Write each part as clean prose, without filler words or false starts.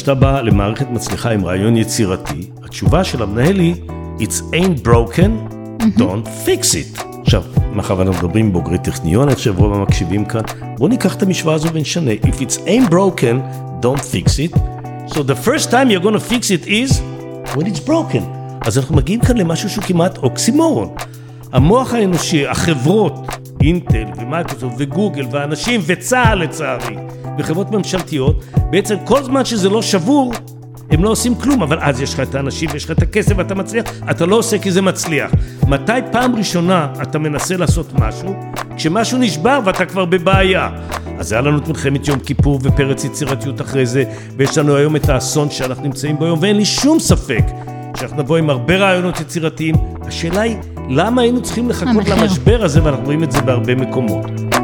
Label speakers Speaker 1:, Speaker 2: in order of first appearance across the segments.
Speaker 1: כשאתה בא למערכת מצליחה עם רעיון יצירתי, התשובה של המנהל היא, It's ain't broken, don't fix it. עכשיו, מאחר אנחנו מדברים בוגרי טכניון, אני חושב רוב המקשיבים כאן, בואו ניקח את המשוואה הזו ונשנה. If it's ain't broken, don't fix it. So the first time you're going to fix it is when it's broken. אז אנחנו מגיעים כאן למשהו שהוא כמעט אוקסימורון. המוח האנושי, החברות, אינטל ומייקרוסופט וגוגל ואנשים וצה"ל לצערי, וחברות ממשלתיות, בעצם כל זמן שזה לא שבור, הם לא עושים כלום, אבל אז יש לך את האנשים ויש לך את הכסף ואתה מצליח, אתה לא עושה כי זה מצליח. מתי פעם ראשונה אתה מנסה לעשות משהו, כשמשהו נשבר ואתה כבר בבעיה? אז היה לנו את מלחמת יום כיפור ופרץ יצירתיות אחרי זה, ויש לנו היום את האסון שאנחנו נמצאים בו היום, ואין לי שום ספק שאנחנו נבוא עם הרבה רעיונות יצירתיים. השאלה היא, למה היינו צריכים לחכות למשבר הזה, ואנחנו רואים את זה בהרבה מקומות.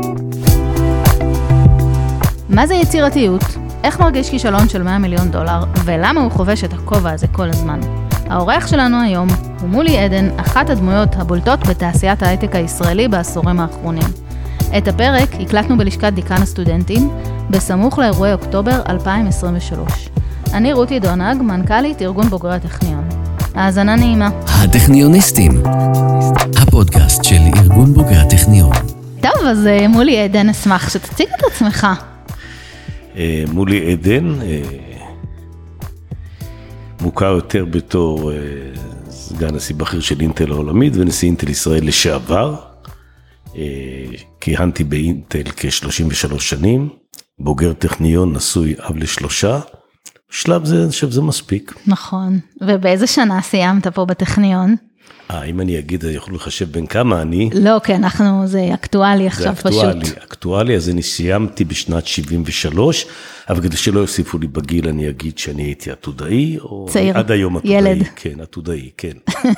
Speaker 2: מה זה יצירתיות? איך מרגיש כישלון של $100 מיליון? ולמה הוא חובש את הכובע הזה כל הזמן? האורח שלנו היום הוא מולי עדן, אחת הדמויות הבולטות בתעשיית ההייטק הישראלי בעשורים האחרונים. את הפרק הקלטנו בלשכת דיקן הסטודנטים, בסמוך לאירועי אוקטובר 2023. אני רותי דונג, מנכ"לית ארגון בוגרי הטכניון. האזנה נעימה.
Speaker 3: הטכניוניסטים, הפודקאסט של ארגון בוגרי הטכניון.
Speaker 2: טוב, אז מולי עדן, אשמח שתציג את עצמך.
Speaker 1: מולי עדן, מוכר יותר בתור סגן נשיא בכיר של אינטל העולמית ונשיא אינטל ישראל לשעבר. כיהנתי באינטל כ-33 שנים, בוגר טכניון, נשוי אב ל3. בשלב זה, אני חושב, זה מספיק.
Speaker 2: נכון. ובאיזה שנה סיימת פה בטכניון?
Speaker 1: אם אני אגיד, אני יכול לחשב בין כמה אני.
Speaker 2: לא, כי זה אקטואלי עכשיו פשוט.
Speaker 1: זה אקטואלי, אז אני סיימתי בשנת 73, אבל כדי שלא יוסיפו לי בגיל, אני אגיד שאני הייתי עתודאי, או
Speaker 2: צעיר,
Speaker 1: עד היום עתודאי.
Speaker 2: ילד.
Speaker 1: כן, עתודאי, כן.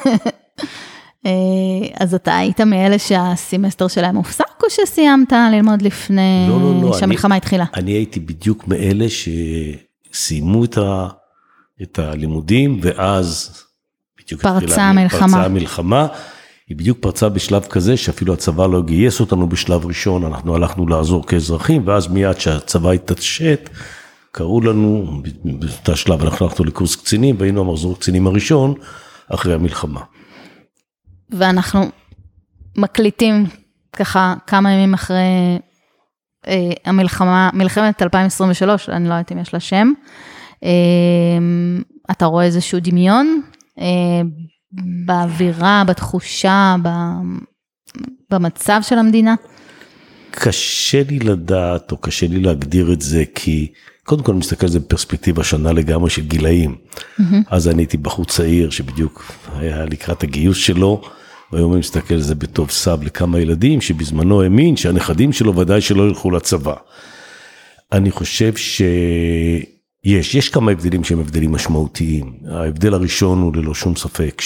Speaker 2: אז אתה היית מאלה שהסמסטר שלהם הופסק, או שסיימת ללמוד לפני שהמלחמה התחילה?
Speaker 1: אני הייתי בדיוק מאלה שסיימו את הלימודים, ואז
Speaker 2: פרצה
Speaker 1: המלחמה. היא בדיוק פרצה בשלב כזה, שאפילו הצבא לא גייס אותנו בשלב ראשון, אנחנו הלכנו לעזור כאזרחים, ואז מיד שהצבא התעשת, קראו לנו, באותה שלב אנחנו הלכנו לקורס קצינים, והיינו המחזור קצינים הראשון, אחרי המלחמה.
Speaker 2: ואנחנו מקליטים ככה כמה ימים אחרי המלחמה, מלחמת 2023, אני לא יודעת אם יש לה שם, אתה רואה איזשהו דמיון, באווירה, בתחושה, במצב של המדינה?
Speaker 1: קשה לי לדעת, או קשה לי להגדיר את זה, כי קודם כל אני מסתכל על זה בפרספקטיבה שונה לגמרי של גילאים. אז אני הייתי בחור צעיר, שבדיוק היה לקראת הגיוס שלו, והיום אני מסתכל על זה בטוב סב לכמה ילדים, שבזמנו האמין שהנכדים שלו ודאי שלא ילכו לצבא. אני חושב יש כמה הבדלים שהם הבדלים משמעותיים. ההבדל הראשון הוא ללא שום ספק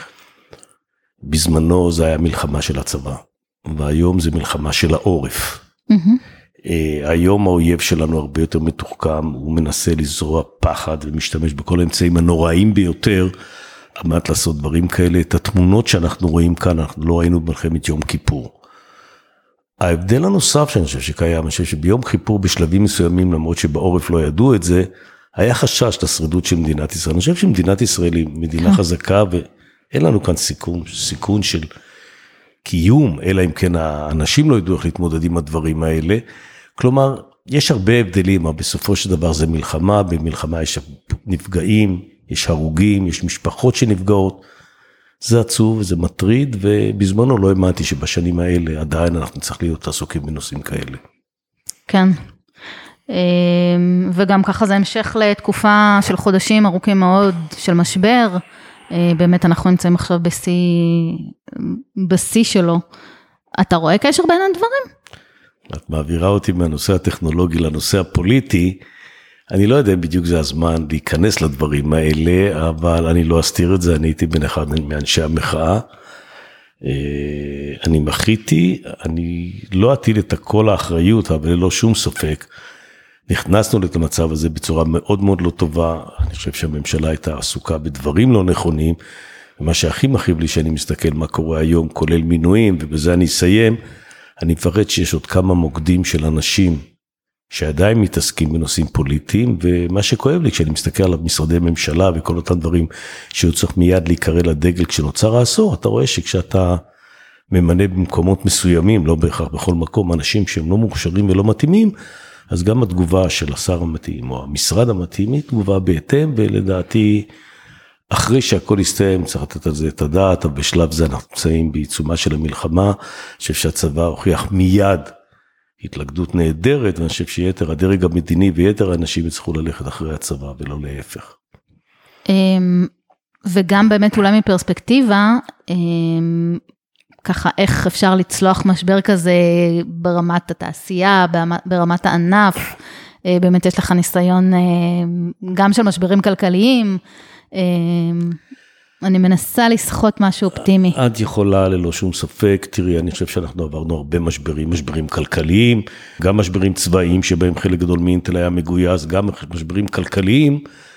Speaker 1: שבזמנו זה היה מלחמה של הצבא, והיום זה מלחמה של העורף. היום האויב שלנו הרבה יותר מתוחכם, הוא מנסה לזרוע פחד ומשתמש בכל האמצעים הנוראים ביותר, על מנת לעשות דברים כאלה. את התמונות שאנחנו רואים כאן, אנחנו לא ראינו במלחמת יום כיפור. ההבדל הנוסף שאני חושב שקיים, אני חושב שביום כיפור בשלבים מסוימים, למרות שבעורף לא ידעו את זה, היה חשש לשרידות של מדינת ישראל. אני חושב שמדינת ישראל היא מדינה חזקה, ואין לנו כאן סיכון של קיום, אלא אם כן האנשים לא ידעו איך להתמודד עם הדברים האלה. כלומר, יש הרבה הבדלים, אבל בסופו של דבר זה מלחמה, במלחמה יש נפגעים, יש הרוגים, יש משפחות שנפגעות, זה עצוב וזה מטריד, ובזמנו לא האמנתי שבשנים האלה עדיין אנחנו צריכים להיות עסוקים בנושאים כאלה.
Speaker 2: כן, וגם ככה זה המשך לתקופה של חודשים ארוכים מאוד של משבר, באמת אנחנו נמצאים עכשיו בשיא שלו. אתה רואה קשר בין הדברים?
Speaker 1: את מעבירה אותי מהנושא הטכנולוגי לנושא הפוליטי, אני לא יודע אם בדיוק זה הזמן להיכנס לדברים האלה, אבל אני לא אסתיר את זה, אני הייתי בין אחד מאנשי המחאה, אני מחיתי, אני לא אטיל את כל האחריות, אבל ללא שום ספק, נכנסנו למצב הזה בצורה מאוד מאוד לא טובה, אני חושב שהממשלה הייתה עסוקה בדברים לא נכונים, ומה שהכי מכאיב לי שאני מסתכל מה קורה היום, כולל מינויים, ובזה אני אסיים, אני מפרט שיש עוד כמה מוקדים של אנשים, שעדיין מתעסקים בנושאים פוליטיים, ומה שכואב לי, כשאני מסתכל על משרדי ממשלה וכל אותם דברים שהוא צריך מיד להיקרא לדגל כשנוצר העשור, אתה רואה שכשאתה ממנה במקומות מסוימים, לא בהכרח בכל מקום, אנשים שהם לא מוכשרים ולא מתאימים, אז גם התגובה של השר המתאים או המשרד המתאים היא תגובה בהתאם, ולדעתי אחרי שהכל יסתיים צריך לתת על זה את הדעת, אבל בשלב זה אנחנו נמצאים בעיצומה של המלחמה, שהצבא הוכיח מיד התלכדות נהדרת, ואני חושב שיתר הדרג המדיני ויתר האנשים יצטרכו ללכת אחרי הצבא ולא להפך.
Speaker 2: וגם באמת אולי מפרספקטיבה, ככה איך אפשר לצלוח משבר כזה ברמת התעשייה, ברמת הענף, באמת יש לך ניסיון גם של משברים כלכליים, אני מנסה לסחוט משהו אופטימי.
Speaker 1: את יכולה ללא שום ספק, תראי, אני חושב שאנחנו עברנו הרבה משברים כלכליים, גם משברים צבאיים שבהם חלק גדול מאינטל היה מגויס, גם משברים כלכליים,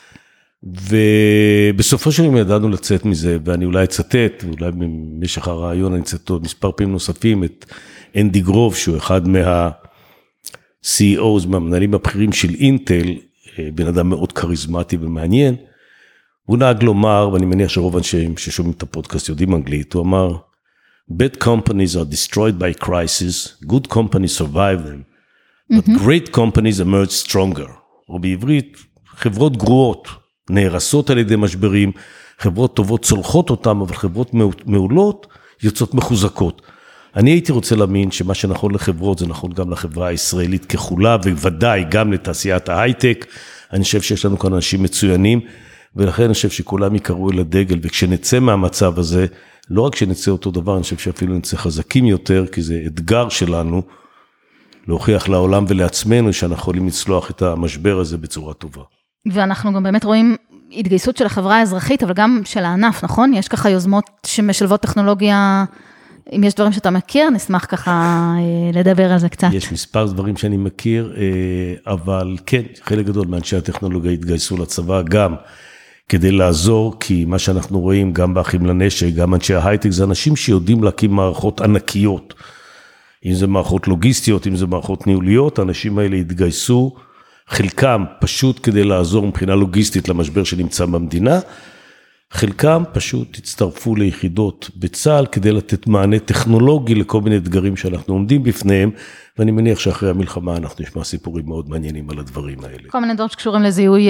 Speaker 1: ובסופו של יום ידענו לצאת מזה, ואני אולי אצטט, ואולי במשך הרעיון אני אצטט עוד מספר פעמים נוספים, את אנדי גרוב, שהוא אחד מה-CEOs, מהמנהלים הבכירים של אינטל, בן אדם מאוד כריזמטי ומעניין, הוא נהג לומר, ואני מניח שרוב אנשים ששומעים את הפודקאסט יודעים אנגלית, הוא אמר, bad companies are destroyed by crisis, good companies survive them, but great companies emerge stronger. או בעברית, חברות גרועות, נהרסות על ידי משברים, חברות טובות צולחות אותם, אבל חברות מעולות יוצאות מחוזקות. אני הייתי רוצה להאמין שמה שנכון לחברות, זה נכון גם לחברה הישראלית ככולה, וודאי גם לתעשיית ההייטק. אני חושב שיש לנו כאן אנשים מצוינים, ולכן אני חושב שכולם יקראו אל הדגל, וכשנצא מהמצב הזה, לא רק שנצא אותו דבר, אני חושב שאפילו נצא חזקים יותר, כי זה אתגר שלנו, להוכיח לעולם ולעצמנו, שאנחנו יכולים לצלוח את המשבר הזה בצורה טובה.
Speaker 2: ואנחנו גם באמת רואים התגייסות של החברה האזרחית, אבל גם של הענף, נכון? יש ככה יוזמות שמשלבות טכנולוגיה, אם יש דברים שאתה מכיר, נשמח ככה לדבר על זה קצת.
Speaker 1: יש מספר דברים שאני מכיר, אבל כן, חלק גדול מאנשי הטכנולוגיה התגייסו לצבא גם כדי לעזור, כי מה שאנחנו רואים גם באחים לנשק, גם אנשי ההייטק, זה אנשים שיודעים להקים מערכות ענקיות, אם זה מערכות לוגיסטיות, אם זה מערכות ניהוליות, האנשים האלה התגייסו, חלקם פשוט כדי לעזור מבחינה לוגיסטית למשבר שנמצא במדינה, חלקם פשוט הצטרפו ליחידות בצה"ל כדי לתת מענה טכנולוגי לכל מיני אתגרים שאנחנו עומדים בפניהם, ואני מניח שאחרי המלחמה אנחנו נשמע סיפורים מאוד מעניינים על הדברים האלה.
Speaker 2: כל מיני דברים שקשורים לזיהוי,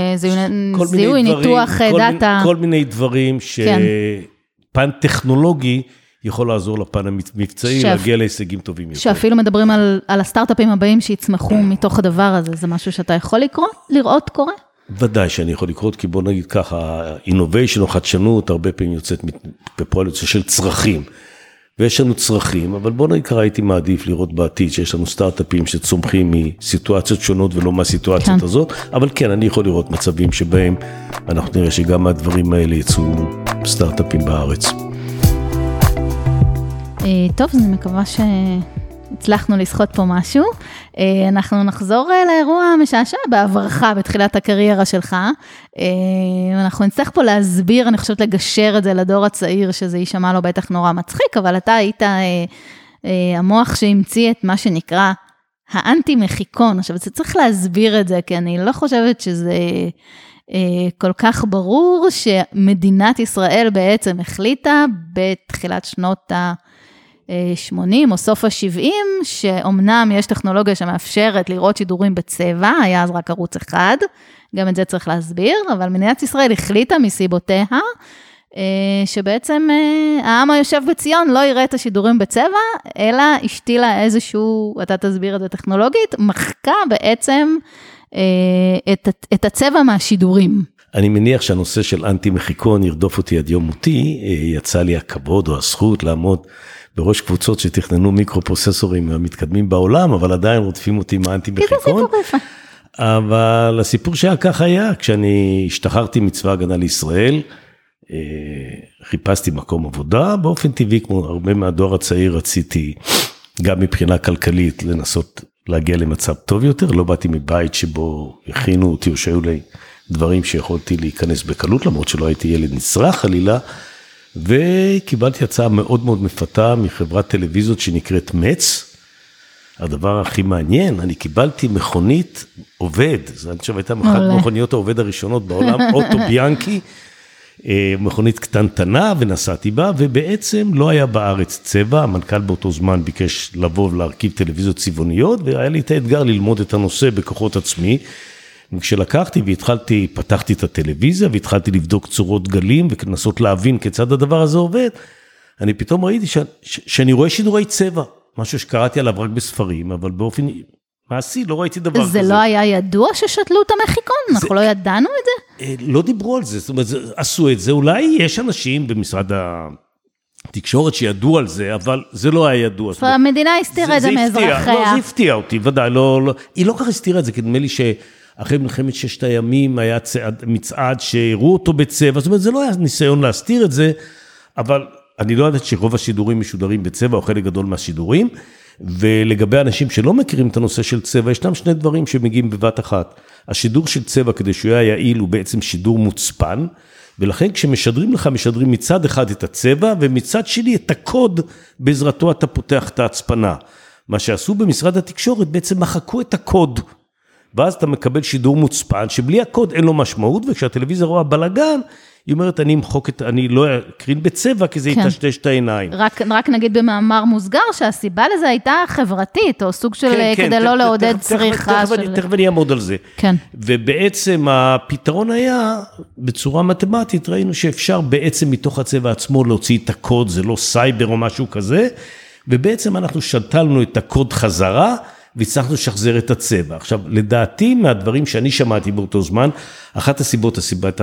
Speaker 2: ניתוח, דאטה.
Speaker 1: כל מיני דברים שפן טכנולוגי יכול לעזור לפן המבצעי, להגיע להישגים טובים יותר.
Speaker 2: שאפילו מדברים על הסטארט-אפים הבאים שיצמחו מתוך הדבר הזה, זה משהו שאתה יכול לראות קורה?
Speaker 1: ודאי שאני יכול לקרות, כי בוא נגיד ככה, innovation או חדשנות, הרבה פעמים יוצאת בפועל יוצא של צרכים, ויש לנו צרכים, אבל בוא נגיד ככה, הייתי מעדיף לראות בעתיד, שיש לנו סטארט-אפים שצומחים מסיטואציות שונות, ולא מהסיטואציות הזאת, אבל כן, אני יכול לראות מצבים שבהם, אנחנו נראה שגם מהדברים האלה יצאו סטארט-אפים בארץ.
Speaker 2: טוב, אני מקווה הצלחנו לסחוט פה משהו, אנחנו נחזור לאירוע המשעשע בעברך בתחילת הקריירה שלך, אנחנו נצטרך פה להסביר, אני חושבת לגשר את זה לדור הצעיר, שזה יישמע לו בטח נורא מצחיק, אבל אתה היית המוח שהמציא את מה שנקרא האנטי-מחיקון, עכשיו זה צריך להסביר את זה, כי אני לא חושבת שזה כל כך ברור, שמדינת ישראל בעצם החליטה בתחילת שנות ה-80 או סוף ה-70, שאומנם יש טכנולוגיה שמאפשרת לראות שידורים בצבע, היה אז רק ערוץ אחד, גם את זה צריך להסביר, אבל מדינת ישראל החליטה מסיבותיה, שבעצם העם היושב בציון לא יראה את השידורים בצבע, אלא השתילה איזשהו, אתה תסביר את זה טכנולוגית, מחקה בעצם את הצבע מהשידורים.
Speaker 1: אני מניח שהנושא של אנטי-מחיקון ירדוף אותי עד יום מותי, יצא לי הכבוד או הזכות לעמוד בראש קבוצות שתכננו מיקרו-פרוססורים המתקדמים בעולם, אבל עדיין רודפים אותי מהאנטי-מחיקון. אבל הסיפור שהיה כך היה, כשאני השתחררתי מצבא הגנה לישראל, חיפשתי מקום עבודה, באופן טבעי, כמו הרבה מהדור הצעיר, רציתי גם מבחינה כלכלית לנסות להגיע למצב טוב יותר, לא באתי מבית שבו הכינו אותי, או שהיו לי דברים שיכולתי להיכנס בקלות, למרות שלא הייתי ילד נצרך חלילה, וקיבלתי הצעה מאוד מאוד מפתה מחברת טלוויזיות שנקראת מצ, הדבר הכי מעניין, אני קיבלתי מכונית עובד, זה אני חושב הייתה אחת מכוניות העובד הראשונות בעולם, אוטו ביאנקי, מכונית קטנטנה ונסעתי בה, ובעצם לא היה בארץ צבע, המנכ"ל באותו זמן ביקש לבוא ולהרכיב טלוויזיות צבעוניות, והיה לי את האתגר ללמוד את הנושא בכוחות עצמי, וכשלקחתי והתחלתי, פתחתי את הטלוויזיה, והתחלתי לבדוק צורות גלים, וכנסות להבין כיצד הדבר הזה עובד, אני פתאום ראיתי שאני רואה שידורי צבע, משהו שקראתי עליו רק בספרים, אבל באופן מעשי לא ראיתי דבר כזה.
Speaker 2: זה לא היה ידוע ששתלו את המחיקון? אנחנו לא ידענו את זה?
Speaker 1: לא דיברו על זה, זאת אומרת, עשו את זה, אולי יש אנשים במשרד התקשורת שידעו על זה, אבל זה לא היה ידוע.
Speaker 2: המדינה הסתירה את זה מאזרחיה.
Speaker 1: לא, זה הפתיע אותי, ודאי, היא לא כך הסתירה את זה, כי נדמה לי שאחרי מלחמת ששת הימים היה מצעד שהראו אותו בצבע, זאת אומרת, זה לא היה ניסיון להסתיר את זה, אבל אני לא יודעת שרוב השידורים משודרים בצבע, או חלק גדול מהשידורים, ולגבי אנשים שלא מכירים את הנושא של צבע, ישנם שני דברים שמגיעים בבת אחת. השידור של צבע, כדי שהוא היה יעיל, הוא בעצם שידור מוצפן, ולכן כשמשדרים לך, משדרים מצד אחד את הצבע, ומצד שני את הקוד, בעזרתו אתה פותח את ההצפנה. מה שעשו במשרד התקשורת, בעצם מחקו את הקוד, ואז אתה מקבל שידור מוצפן, שבלי הקוד אין לו משמעות, וכשהטלוויזיה רואה בלגן, היא אומרת, אני לא אקרין בצבע, כי זה יטשטש את העיניים.
Speaker 2: רק נגיד במאמר מוסגר, שהסיבה לזה הייתה חברתית, או סוג של, כדי לא לעודד צריכה.
Speaker 1: תכף אני אעמוד על זה.
Speaker 2: כן.
Speaker 1: ובעצם הפתרון היה, בצורה מתמטית, ראינו שאפשר בעצם מתוך הצבע עצמו להוציא את הקוד, זה לא סייבר או משהו כזה, ובעצם אנחנו שתלנו את הקוד חזרה, והצלחנו לשחזר את הצבע. עכשיו, לדעתי, מהדברים שאני שמעתי באותו זמן, אחת הסיבות,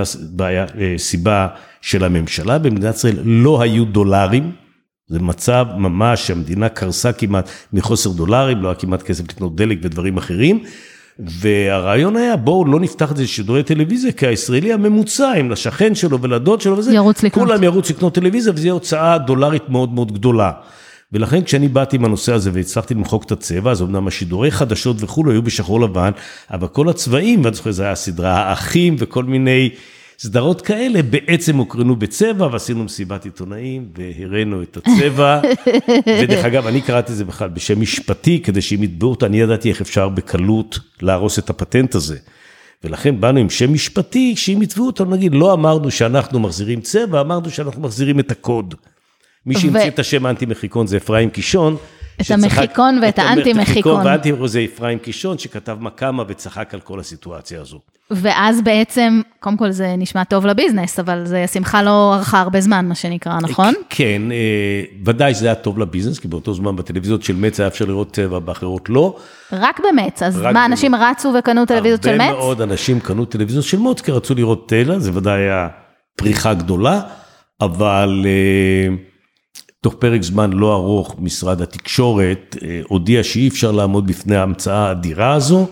Speaker 1: סיבה של הממשלה, במדינת ישראל לא היו דולרים, זה מצב ממש שהמדינה קרסה כמעט מחוסר דולרים, לא היה כמעט כסף לקנות דלק ודברים אחרים, והרעיון היה, בואו לא נפתח את זה לשידורי טלוויזיה, כי הישראלי הממוצע, עם לשכן שלו ולדוד שלו וזה, כולם ירוץ לקנות טלוויזיה, וזו הוצאה דולרית מאוד מאוד גדולה. ולכן כשאני באתי עם הנושא הזה והצלחתי למחוק את הצבע, אז אמנם השידורי חדשות וכו' היו בשחור לבן, אבל כל הצבעים, ואני זוכר, זה היה סדרה האחים וכל מיני סדרות כאלה, בעצם הוקרנו בצבע, ועשינו מסיבת עיתונאים, והראינו את הצבע, ודרך אגב, אני קראתי את זה בכלל בשם משפטי, כדי שהם יתבעו אותה, אני ידעתי איך אפשר בקלות להרוס את הפטנט הזה. ולכן באנו עם שם משפטי, שאם יתבעו אותנו, נגיד, לא אמרנו שאנחנו מחזירים צבע, אמרנו שאנחנו מחזירים את הקוד. מי שהמציא את השם האנטי-מחיקון זה אפרים קישון.
Speaker 2: את המחיקון ואת האנטי-מחיקון.
Speaker 1: והאנטי-מחיקון זה אפרים קישון שכתב מקמה וצחק על כל הסיטואציה הזו.
Speaker 2: ואז בעצם, קודם כל זה נשמע טוב לביזנס, אבל זה שמחה לא ערכה הרבה זמן, מה שנקרא, נכון?
Speaker 1: כן, ודאי שזה היה טוב לביזנס, כי באותו זמן בטלוויזיות של מצ היה אפשר לראות צבע, באחרות לא.
Speaker 2: רק במץ, אז מה, אנשים רצו וקנו טלוויזיות של מצ?
Speaker 1: הרבה מאוד אנשים קנו טלוויזיות של מצ, כי רצו לראות תלה, זה ודאי היה פריחה גדולה, אבל תוך פרק זמן לא ארוך, משרד התקשורת הודיע שאי אפשר לעמוד בפני ההמצאה האדירה הזו,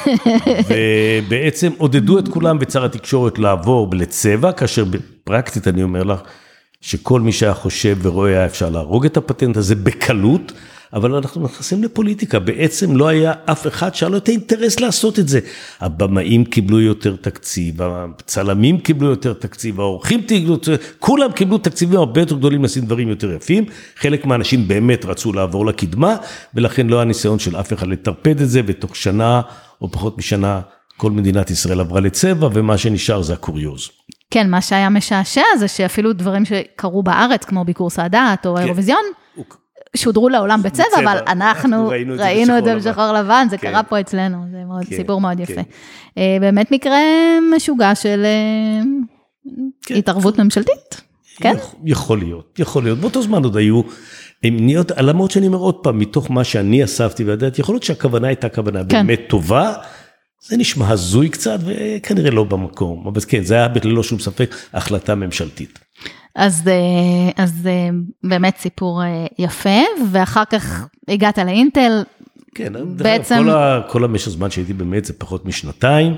Speaker 1: ובעצם עודדו את כולם ושר התקשורת לעבור לצבע, כאשר בפרקטית אני אומר לך, שכל מי שהיה חושב ורואה היה אפשר להרוג את הפטנט הזה בקלות, אבל אנחנו נכנסים לפוליטיקה, בעצם לא היה אף אחד שהיה לו את האינטרס לעשות את זה. הבמאים קיבלו יותר תקציב, הצלמים קיבלו יותר תקציב, האורחים קיבלו, כולם קיבלו תקציבים הרבה יותר גדולים לשים דברים יותר יפים, חלק מהאנשים באמת רצו לעבור לקדמה, ולכן לא היה ניסיון של אף אחד לטרפד את זה, ותוך שנה או פחות משנה, כל מדינת ישראל עברה לצבע, ומה שנשאר זה הקוריוז.
Speaker 2: כן, מה שהיה משעשע זה שאפילו דברים שקרו בארץ, כמו ביקור סאדאת או האירוויזיון, שודרו לעולם בצבע, אבל אנחנו ראינו את זה בשחור לבן, זה קרה פה אצלנו, זה סיפור מאוד יפה. באמת מקרה משוגע של התערבות ממשלתית, כן?
Speaker 1: יכול להיות. באותו זמן עוד היו אמניות, למרות שאני אומר עוד פעם, מתוך מה שאני אספתי וידעתי, יכול להיות שהכוונה הייתה כוונה באמת טובה, זה נשמע הזוי קצת, וכנראה לא במקום, אבל כן, זה היה ללא שום ספק החלטה ממשלתית.
Speaker 2: אז באמת סיפור יפה, ואחר כך הגעת לאינטל.
Speaker 1: כן, בעצם כל המשך זמן שהייתי באמת זה פחות משנתיים,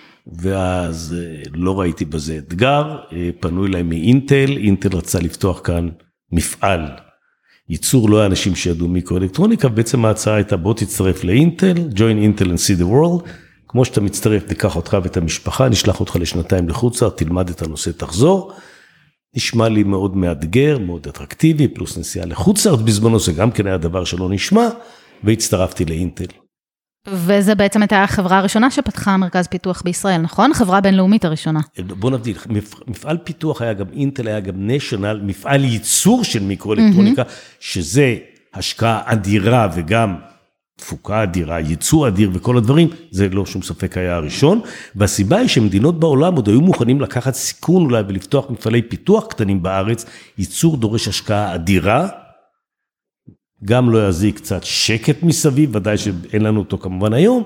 Speaker 1: ואז לא ראיתי בזה אתגר, פנו אליי מאינטל, אינטל רצה לפתוח כאן מפעל, ייצור לא האנשים שידעו מיקרואלקטרוניקה, בעצם ההצעה הייתה בוא תצטרף לאינטל, join Intel and see the world, כמו שאתה מצטרף, תיקח אותך ואת המשפחה, נשלח אותך לשנתיים לחוצה, תלמד את הנושא, תחזור, נשמע לי מאוד מאתגר, מאוד אטרקטיבי, פלוס נסיעה לחוץ לארץ, בזמנו זה גם כן היה דבר שלא נשמע, והצטרפתי לאינטל.
Speaker 2: וזה בעצם הייתה החברה הראשונה שפתחה מרכז פיתוח בישראל, נכון? חברה בינלאומית הראשונה.
Speaker 1: בוא נבדיל, מפעל פיתוח היה גם אינטל, היה גם נשיונל, מפעל ייצור של מיקרואלקטרוניקה, שזה השקעה אדירה וגם תפוקה אדירה, ייצור אדיר וכל הדברים, זה לא שום ספק היה הראשון, והסיבה היא שמדינות בעולם עוד היו מוכנים לקחת סיכון אולי ולפתוח מפעלי פיתוח קטנים בארץ, ייצור דורש השקעה אדירה, גם לא יזיק קצת שקט מסביב, ודאי שאין לנו אותו כמובן היום,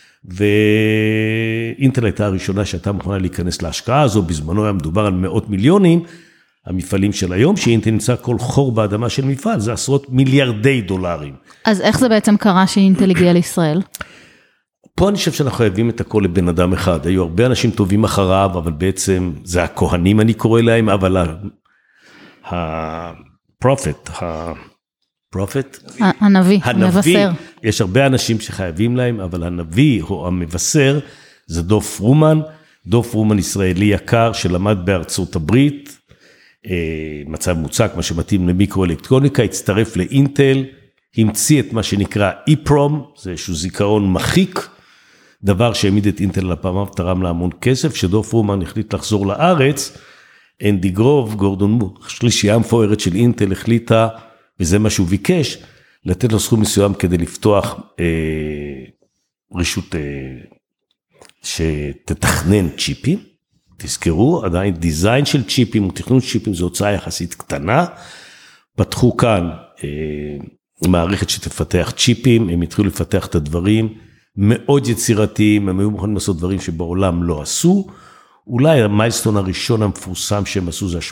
Speaker 1: ואינטל הייתה הראשונה שהייתה מוכנה להיכנס להשקעה הזו, בזמנו היה מדובר על מאות מיליונים, המפעלים של היום, שאינטל נמצא כל חור באדמה של מפעל, זה עשרות מיליארדי דולרים.
Speaker 2: אז איך זה בעצם קרה שאינטל הגיע לישראל?
Speaker 1: פה אני חושב שאנחנו חייבים את הכל לבן אדם אחד, היו הרבה אנשים טובים אחריו, אבל בעצם זה הכהנים אני קורא להם, אבל הפרופט,
Speaker 2: הנביא, המבשר.
Speaker 1: יש הרבה אנשים שחייבים להם, אבל הנביא או המבשר זה דוב פרומן, דוב פרומן ישראלי יקר שלמד בארצות הברית, מצב מוצק, מה שמתאים למיקרואלקטרוניקה, הצטרף לאינטל, המציא את מה שנקרא EEPROM, זה איזשהו זיכרון מחיק, דבר שהעמיד את אינטל לפעמיו, תרם לה המון כסף, שדוב פרומן החליט לחזור לארץ, אנדי גרוב, גורדון שלישייה המפוארת של אינטל החליטה, וזה מה שהוא ביקש, לתת לו סכום מסוים כדי לפתוח רשות שתתכנן צ'יפים, תזכרו, עדיין דיזיין של צ'יפים ותכנון צ'יפים זו הוצאה יחסית קטנה, פתחו כאן מערכת שתפתח צ'יפים, הם התחילו לפתח את הדברים, מאוד יצירתיים, הם היו מוכנים לעשות דברים שבעולם לא עשו, אולי המיילסטון הראשון המפורסם שהם עשו זה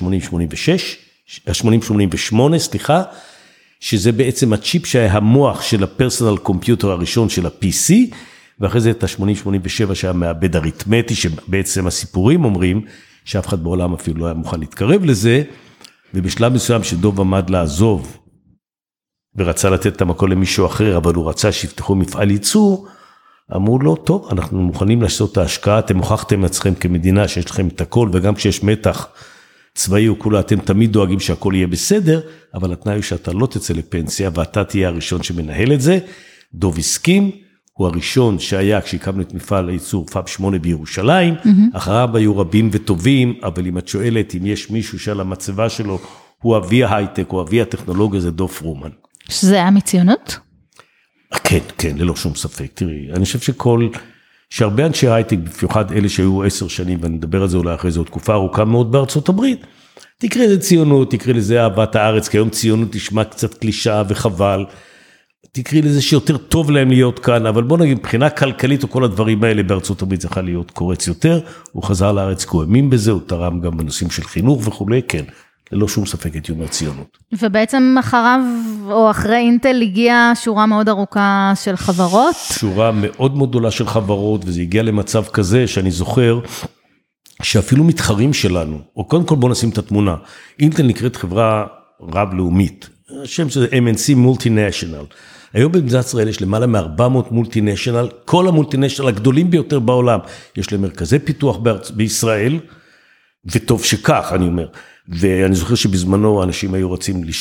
Speaker 1: ה-8088, סליחה, שזה בעצם הצ'יפ שהיה המוח של הפרסונל קומפיוטר הראשון של ה-PC, ואחרי זה את ה-8087 שהיה מעבד אריתמטי, שבעצם הסיפורים אומרים, שאף אחד בעולם אפילו לא היה מוכן להתקרב לזה, ובשלב מסוים שדוב עמד לעזוב, ורצה לתת את המקום למישהו אחר, אבל הוא רצה שיפתחו מפעל ייצור, אמרו לו, טוב, אנחנו מוכנים לעשות את ההשקעה, אתם הוכחתם עצמכם כמדינה שיש לכם את הכל, וגם כשיש מתח צבאי או כולה, אתם תמיד דואגים שהכל יהיה בסדר, אבל התנאי הוא שאתה לא תצא לפנסיה, ואתה תהיה הראשון שמנהל את זה. דוב הסכים, הוא הראשון שהיה כשהקמנו את מפעל הייצור פאב 8 בירושלים, אחריו היו רבים וטובים, אבל אם את שואלת אם יש מישהו שעל המצבה שלו, הוא אבי ההייטק, הוא אבי הטכנולוגיה, זה דוב פרומן.
Speaker 2: שזה היה מציונות?
Speaker 1: כן, כן, ללא שום ספק. תראי, אני חושב שהרבה אנשי הייטק, במיוחד אלה שהיו 10 שנים, ואני מדבר על זה אולי אחרי זה, תקופה ארוכה מאוד בארצות הברית, תקרא לזה ציונות, תקרא לזה אהבת הארץ, כי היום ציונות תשמע קצת קלישאה וחבל, תקרא לזה שיותר טוב להם להיות כאן, אבל בוא נגיד, מבחינה כלכלית או כל הדברים האלה בארצות הברית, זה יכול להיות קורץ יותר, הוא חזר לארץ, הוא האמין בזה, הוא תרם גם בנושאים של חינוך וכו', כן. ללא שום ספק הייתי אומר ציונות.
Speaker 2: ובעצם אחריו, או אחרי אינטל, הגיעה שורה מאוד ארוכה של חברות?
Speaker 1: שורה מאוד מאוד גדולה של חברות, וזה הגיע למצב כזה שאני זוכר, שאפילו מתחרים שלנו, או קודם כל בוא נשים את התמונה, אינטל נקראת חברה רב-לאומית, השם שזה MNC מולטינשיונל, היום במדינת ישראל יש למעלה מ-400 מולטינשיונל, כל המולטינשיונל הגדולים ביותר בעולם, יש להם מרכזי פיתוח בישראל, וטוב שכך, אני אומר, ואני זוכר שבזמנו האנשים היו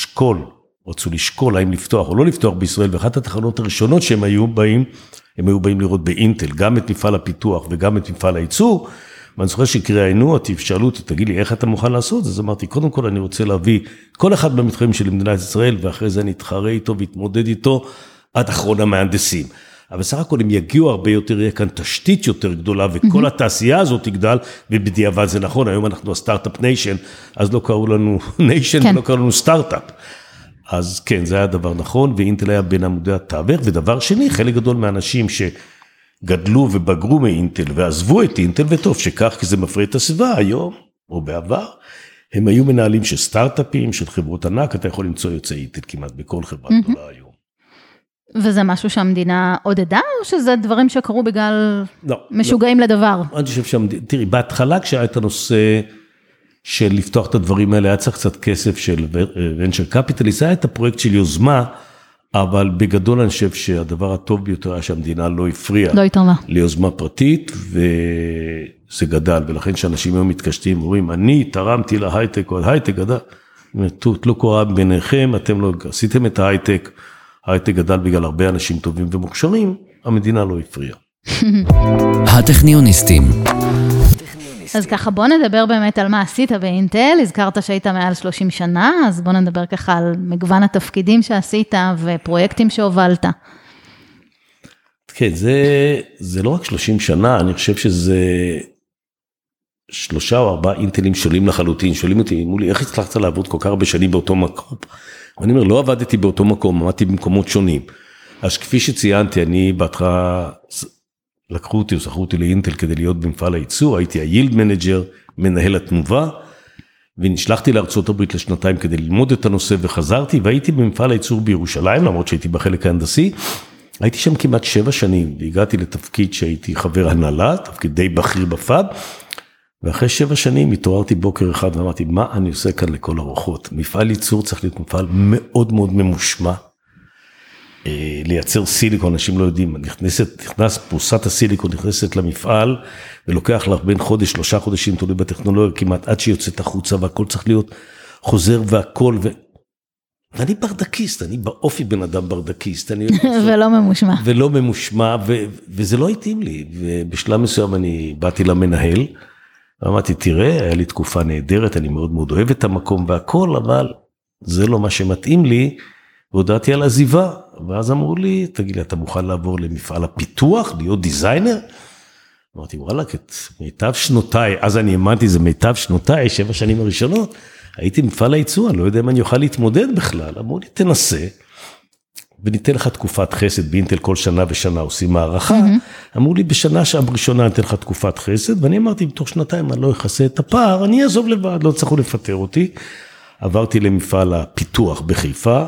Speaker 1: רצו לשקול האם לפתוח או לא לפתוח בישראל, ואחת התחנות הראשונות שהם היו באים לראות באינטל, גם את מפעל הפיתוח וגם את מפעל הייצור, ואני זוכר שקראיינו אותי, שאלו אותי, תגיד לי, איך אתה מוכן לעשות? אז אמרתי, קודם כל אני רוצה להביא כל אחד במתחרים של מדינת ישראל, ואחרי זה אני אתחרה איתו והתמודד איתו עד אחרון המהנדסים. אבל סך הכל הם יגיעו הרבה יותר, יהיה כאן תשתית יותר גדולה, וכל התעשייה הזאת תגדל, ובדיעבד זה נכון, היום אנחנו הסטארט-אפ ניישן, אז לא קראו לנו ניישן, ולא קראו לנו סטארט-אפ. אז כן, זה היה דבר נכון, ואינטל היה בין עמודי התווך, ודבר שני, חלק גדול מהאנשים שגדלו ובגרו מאינטל, ועזבו את אינטל, וטוב שכך, כי זה מפריע את הסביבה היום, או בעבר, הם היו מנהלים של סטארט-אפים, של חברות ענק, אתה יכול למצוא יוצאי אינטל כמעט בכל חברה גדולה היום.
Speaker 2: וזה משהו שהמדינה עודדה, או שזה דברים שקרו בגלל משוגעים לדבר?
Speaker 1: אני חושב שהמדינה, תראי, בהתחלה כשהיה את הנושא של לפתוח את הדברים האלה, היה צריך קצת כסף של venture capitalist, היה את הפרויקט של יוזמה, אבל בגדול אני חושב שהדבר הטוב ביותר היה שהמדינה לא הפריעה.
Speaker 2: לא התערבה.
Speaker 1: ליוזמה פרטית, וזה גדל, ולכן שאנשים היום מתקשטים, אומרים, אני תרמתי להייטק, או ההייטק גדל, לא קורה ביניכם, אתם לא עשיתם את ההייטק, ההייטק גדל בגלל הרבה אנשים טובים ומוכשרים, המדינה לא הפריעה.
Speaker 3: הטכניוניסטים.
Speaker 2: אז ככה בוא נדבר באמת על מה עשית באינטל, הזכרת שהיית מעל 30 שנה, אז בוא נדבר ככה על מגוון התפקידים שעשית ופרויקטים שהובלת.
Speaker 1: כן, זה לא רק 30 שנה, אני חושב שזה 3 או 4 אינטלים שונים לחלוטין, שואלים אותי, אמרו לי, איך הצלחת לעבוד כל כך הרבה שנים באותו מקום? ואני אומר, לא עבדתי באותו מקום, עמדתי במקומות שונים. אז כפי שציינתי, אני בהתחלה לקחו אותי או שכרו אותי לאינטל כדי להיות במפעל הייצור, הייתי היילד מנג'ר, מנהל התנובה, ונשלחתי לארצות הברית לשנתיים כדי ללמוד את הנושא, וחזרתי, והייתי במפעל הייצור בירושלים, למרות שהייתי בחלק ההנדסי, הייתי שם כמעט 7 שנים, והגעתי לתפקיד שהייתי חבר הנהלה, תפקיד די בכיר בפאב, ואחרי 7 שנים התעוררתי בוקר אחד, ואמרתי, מה אני עושה כאן לכל הרוחות? מפעל ייצור צריך להיות מפעל מאוד מאוד ממושמע, לייצר סיליקון, אנשים לא יודעים, נכנס פרוסת הסיליקון, נכנסת למפעל, ולוקח לך בין חודש, 3 חודשים, תלוי בטכנולוגיה, כמעט עד שיוצאת החוצה, והכל צריך להיות חוזר והכל, ואני ברדקיסט, אני באופי בן אדם ברדקיסט,
Speaker 2: ולא ממושמע.
Speaker 1: ולא ממושמע, וזה לא התאים לי, ובשלב מסוים אני באתי למנהל, ואמרתי, תראה, היה לי תקופה נהדרת, אני מאוד מאוד אוהב את המקום והכל, אבל זה לא מה שמתאים לי, והודעתי על עזיבה, ואז אמרו לי, תגיד לי, אתה מוכן לעבור למפעל הפיתוח, להיות דיזיינר? אמרתי, וואלה, את מיטב שנותיי, אז אני האמנתי, זה מיטב שנותיי, 7 שנים הראשונות, הייתי במפעל הייצור, אני לא יודע אם אני אוכל להתמודד בכלל, אמרו לי, תנסה, וניתן לך תקופת חסד, באינטל כל שנה ושנה עושים הערכה, אמרו לי, בשנה הראשונה ניתן לך תקופת חסד, ואני אמרתי, בתוך 2 אני לא אכסה את הפער, אני אעזוב לבד, לא צריכו לפטר אותי, עברתי למפעל הפיתוח בחיפה,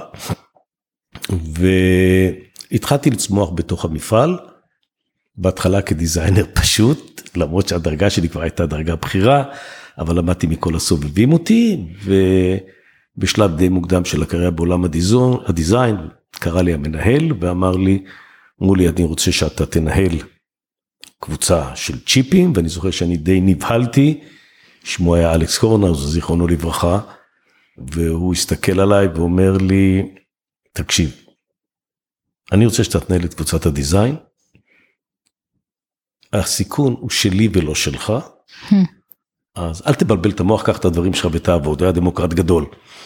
Speaker 1: והתחלתי לצמוח בתוך המפעל, בהתחלה כדיזיינר פשוט, למרות שהדרגה שלי כבר הייתה דרגה בחירה, אבל למדתי מכל הסובבים אותי, ובשלב די מוקדם של הקריירה בעולם הדיזיין, קרא לי המנהל ואמר לי, אמרו לי, אני רוצה שאתה תנהל קבוצה של צ'יפים, ואני זוכר שאני די נבהלתי, שמו היה אלכס קורנר, זיכרונו לברכה, והוא הסתכל עליי ואומר לי, תקשיב, אני רוצה שאתה תנהל את קבוצת הדיזיין, הסיכון הוא שלי ולא שלך, אז אל תבלבל את המוח, קח את הדברים שלך ותעבוד, היה דמוקרט גדול.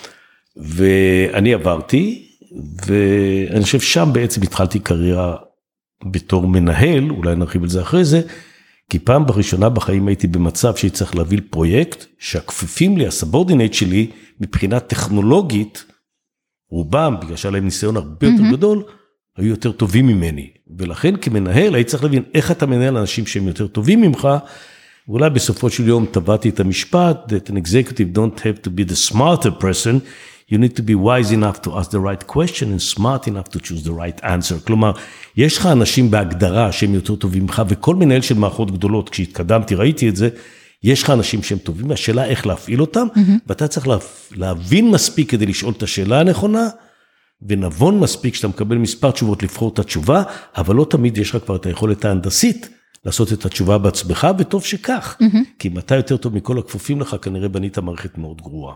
Speaker 1: ואני עברתי, ואני חושב שם בעצם התחלתי קריירה בתור מנהל, אולי נרחיב על זה אחרי זה, כי פעם בראשונה בחיים הייתי במצב שהיא צריך להביא פרויקט, שהכפופים לי, הסבורדינט שלי, מבחינה טכנולוגית, רובם, בגלל שהיה להם ניסיון הרבה יותר גדול, היו יותר טובים ממני. ולכן כמנהל, הייתי צריך להבין איך אתה מנהל אנשים שהם יותר טובים ממך, ואולי בסופו של יום טבעתי את המשפט, that an executive don't have to be the smarter person, you need to be wise enough to ask the right question, and smart enough to choose the right answer. כלומר, יש לך אנשים בהגדרה שהם יותר טובים ממך, וכל מנהל של מערכות גדולות, כשהתקדמתי, ראיתי את זה, יש לך אנשים שהם טובים, והשאלה איך להפעיל אותם, ואתה צריך להבין מספיק כדי לשאול את השאלה הנכונה, ונבון מספיק שאתה מקבל מספר תשובות לבחור את התשובה, אבל לא תמיד יש לך כבר את היכולת ההנדסית, לעשות את התשובה בעצמך, וטוב שכך, כי אם אתה יותר טוב מכל הכפופים לך, כנראה בנית מערכת מאוד גרועה.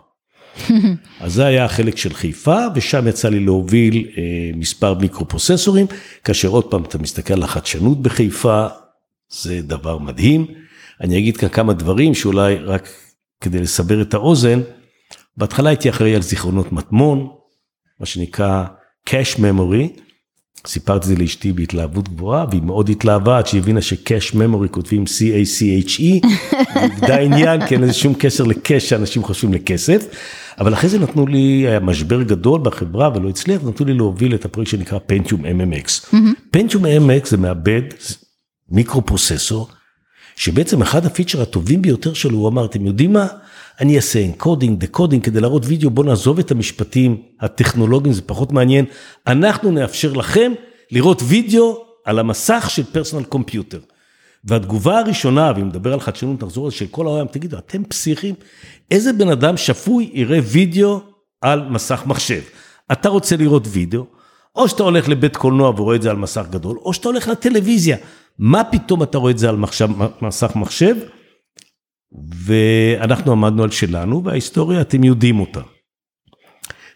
Speaker 1: אז זה היה החלק של חיפה, ושם יצא לי להוביל מספר מיקרופרוססורים, כאשר עוד פעם אתה מסתכל על החדשנות בחיפה, זה דבר מדהים. אני אגיד כאן כמה דברים שאולי רק כדי לסבר את האוזן, בהתחלה הייתי אחראי על זיכרונות מטמון, מה שנקרא cache memory, סיפרתי זה לאשתי בהתלהבות גבוהה, והיא מאוד התלהבה, עד שהיא הבינה ש-cache memory כותבים C-A-C-H-E, די עניין, כי אין איזה שום קשר לקש, שאנשים חושבים לכסף, אבל אחרי זה נתנו לי, היה משבר גדול בחברה, ולא הצליח, נתנו לי להוביל את הפרויקט שנקרא Pentium MMX. Pentium MMX זה מעבד מיקרופרוססור, שבעצם אחד הפיצ'ר הטובים ביותר שלו, הוא אמר, אתם יודעים מה? אני אעשה אנקודינג, דקודינג, כדי להראות וידאו, בוא נעזוב את המשפטים הטכנולוגיים, זה פחות מעניין, אנחנו נאפשר לכם לראות וידאו על המסך של פרסונל קומפיוטר. והתגובה הראשונה, ואם מדבר על חדשנות, נחזור על של כל העולם, תגידו, אתם פסיכים, איזה בן אדם שפוי יראה וידאו על מסך מחשב? אתה רוצה לראות וידאו, או שאתה הולך לבית קולנוע ורואה את זה על מסך גדול, או שאתה הולך לטלוויזיה. מה פתאום אתה רואה את זה על מסך מחשב? ואנחנו עמדנו על שלנו, וההיסטוריה אתם יודעים אותה.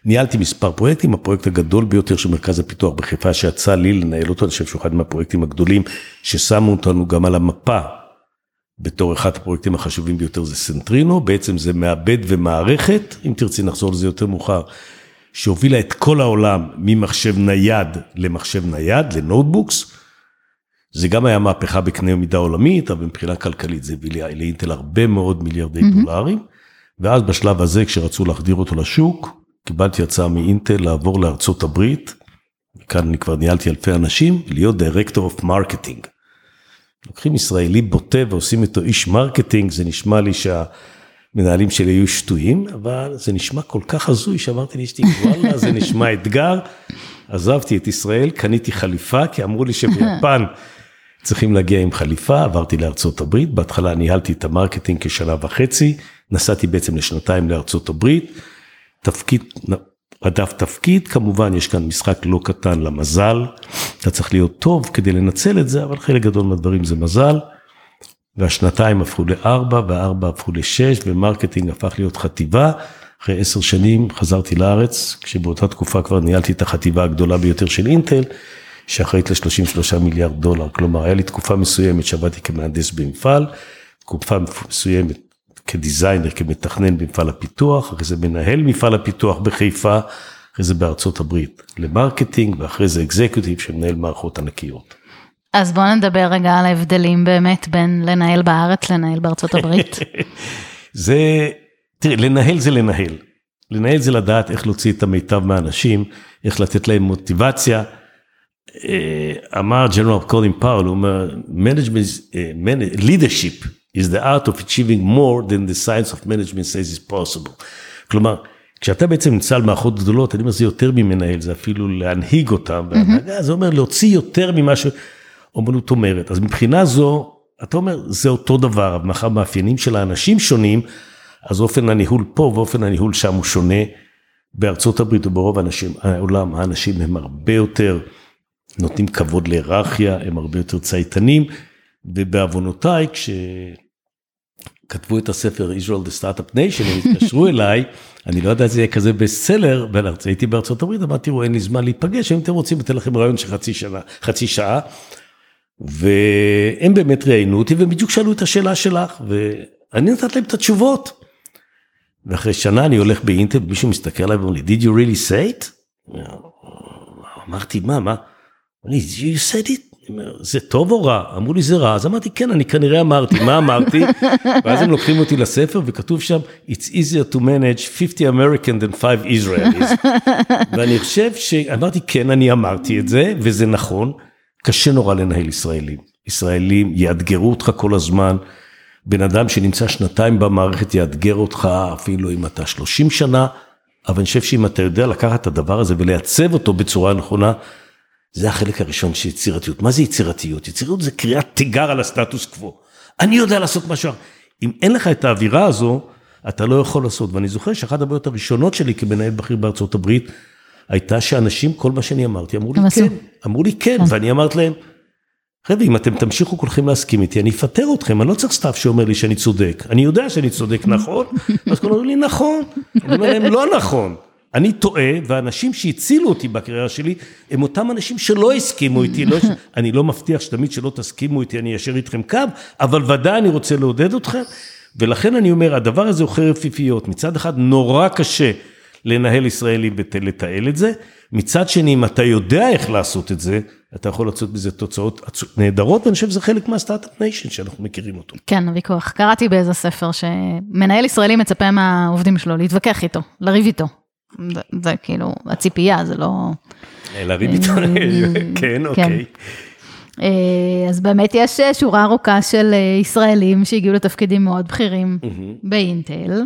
Speaker 1: ניהלתי מספר פרויקטים, הפרויקט הגדול ביותר של מרכז הפיתוח בחיפה, שיצא לי לנהל אותו, אני חושב שהוא אחד מהפרויקטים הגדולים, ששמו אותנו גם על המפה, בתור אחד הפרויקטים החשובים ביותר זה סנטרינו, בעצם זה מעבד ומערכת, אם תרצי נחזור לזה יותר מאוחר, שהובילה את כל העולם ממחשב נייד למחשב נייד, לנוטבוקס, זה גם היה מהפכה בקנה מידה עולמית, אבל מבחינה כלכלית זה הביא לאינטל הרבה מאוד מיליארדי דולרים, ואז בשלב הזה כשרצו להחדיר אותו לשוק, קיבלתי הצעה מאינטל לעבור לארצות הברית, וכאן אני כבר ניהלתי אלפי אנשים, להיות דירקטור אוף מרקטינג. לוקחים ישראלי בוטה ועושים איתו איש מרקטינג, זה נשמע לי שהמנהלים שלי היו שטויים, אבל זה נשמע כל כך הזוי, שאמרתי לי, וואלה, זה נשמע אתגר, עזבתי את ישראל, קניתי חליפה, כי אמרו לי שביפן צריכים להגיע עם חליפה, עברתי לארצות הברית, בהתחלה ניהלתי את המרקטינג כשנה וחצי, נסעתי בעצם לשנתיים לארצות הברית, תפקיד, כמובן יש כאן משחק לא קטן למזל, אתה צריך להיות טוב כדי לנצל את זה, אבל חלק גדול מהדברים זה מזל, והשנתיים הפכו ל4, וה4 הפכו ל6, ומרקטינג הפך להיות חטיבה, אחרי 10 שנים חזרתי לארץ, כשבאותה תקופה כבר ניהלתי את החטיבה הגדולה ביותר של אינטל, שאחראית ל$33 מיליארד, כלומר היה לי תקופה מסוימת שעבדתי כמהנדס במפעל, תקופה מסוימת כדיזיינר, כמתכנן במפעל הפיתוח, אחרי זה מנהל מפעל הפיתוח בחיפה, אחרי זה בארצות הברית למרקטינג, ואחרי זה אקזקיוטיב שמנהל מערכות ענקיות.
Speaker 2: אז בואו נדבר רגע על ההבדלים באמת בין לנהל בארץ לנהל בארצות הברית.
Speaker 1: תראי, לנהל זה לנהל. לנהל זה לדעת איך להוציא את המיטב מהאנשים, איך לתת להם מוטיבציה. אמר ג'נרל קולין פאול, הוא אומר, leadership is the art of achieving more than the science of management says is possible. כלומר, כשאתה בעצם נמצא על מערכות גדולות, אני אומר, זה יותר ממנהל, זה אפילו להנהיג אותם, זה אומר להוציא יותר ממה שאומנות אומרת. אז מבחינה זו, אתה אומר, זה אותו דבר, מאחר מאפיינים של האנשים שונים, אז אופן הניהול פה ואופן הניהול שם הוא שונה. בארצות הברית וברוב העולם, האנשים הם הרבה יותר נותנים כבוד להיררכיה, הם הרבה יותר צייתנים, ובעוונותיי, כשכתבו את הספר Israel the Startup Nation, הם התקשרו אליי, אני לא יודע, זה יהיה כזה בסלר, הייתי בארצות הברית, אמרתי, תראו, אין לי זמן להיפגש, אם אתם רוצים, אתן לכם רעיון של חצי שעה, והם באמת ראיינו אותי, ובדיוק שאלו את השאלה שלך, ואני נתת להם את התשובות, ואחרי שנה אני הולך באינטל, מישהו מסתכל עליי ואומר לי, did you really say it? אמרתי, מה? you said it? זה טוב או רע? אמרו לי, זה רע. אז אמרתי, כן, אני כנראה אמרתי. מה אמרתי? ואז הם לוקחים אותי לספר, וכתוב שם, it's easier to manage 50 American than 5 Israelis. ואני חושב אמרתי, כן, אני אמרתי את זה, וזה נכון. קשה נורא לנהל ישראלים. ישראלים יאתגרו אותך כל הזמן. בן אדם שנמצא שנתיים במערכת יאתגר אותך, אפילו אם אתה 30 שנה, אבל אני חושב שאם אתה יודע לקחת את הדבר הזה ולייצב אותו בצורה נכונה, זה החלק הראשון של יצירתיות. מה זה יצירתיות? יצירתיות זה קריאת תיגר על הסטטוס קוו. אני יודע לעשות משהו. אם אין לך את האווירה הזו, אתה לא יכול לעשות. ואני זוכר שאחת הבעיות הראשונות שלי כמנהל בכיר בארצות הברית, הייתה שאנשים, כל מה שאני אמרתי, אמרו לי כן, ואני אמרתי להם, חבר'ה, אם אתם תמשיכו כולכם להסכים איתי, אני אפטר אתכם, אני לא צריך סטאפ שאומר לי שאני צודק. אני יודע שאני צודק, נכון? אז כולם אומרים לי, נכון. אני אומר להם, לא נכון. אני טועה, והאנשים שהצילו אותי בקריירה שלי, הם אותם אנשים שלא הסכימו איתי, אני לא מבטיח שתמיד שלא תסכימו איתי, אני אשאר איתכם קו, אבל ודאי אני רוצה לעודד אתכם, ולכן אני אומר, הדבר הזה הוא חרב פיפיות, מצד אחד נורא קשה לנהל ישראלי ולתעל את זה, מצד שני, אם אתה יודע איך לעשות את זה, אתה יכול לעשות בזה תוצאות נהדרות, ואני חושב שזה חלק מהסטארט-אפ ניישן שאנחנו מכירים אותו.
Speaker 2: כן, הוויכוח. קראתי באיזה ספר שמנהל ישראלי מצפה מהעובדים שלו להתווכח איתו, לריב איתו. זה כאילו, הציפייה, זה לא...
Speaker 1: לריב איתו, כן, אוקיי.
Speaker 2: אז באמת יש שורה ארוכה של ישראלים שהגיעו לתפקידים מאוד בכירים באינטל.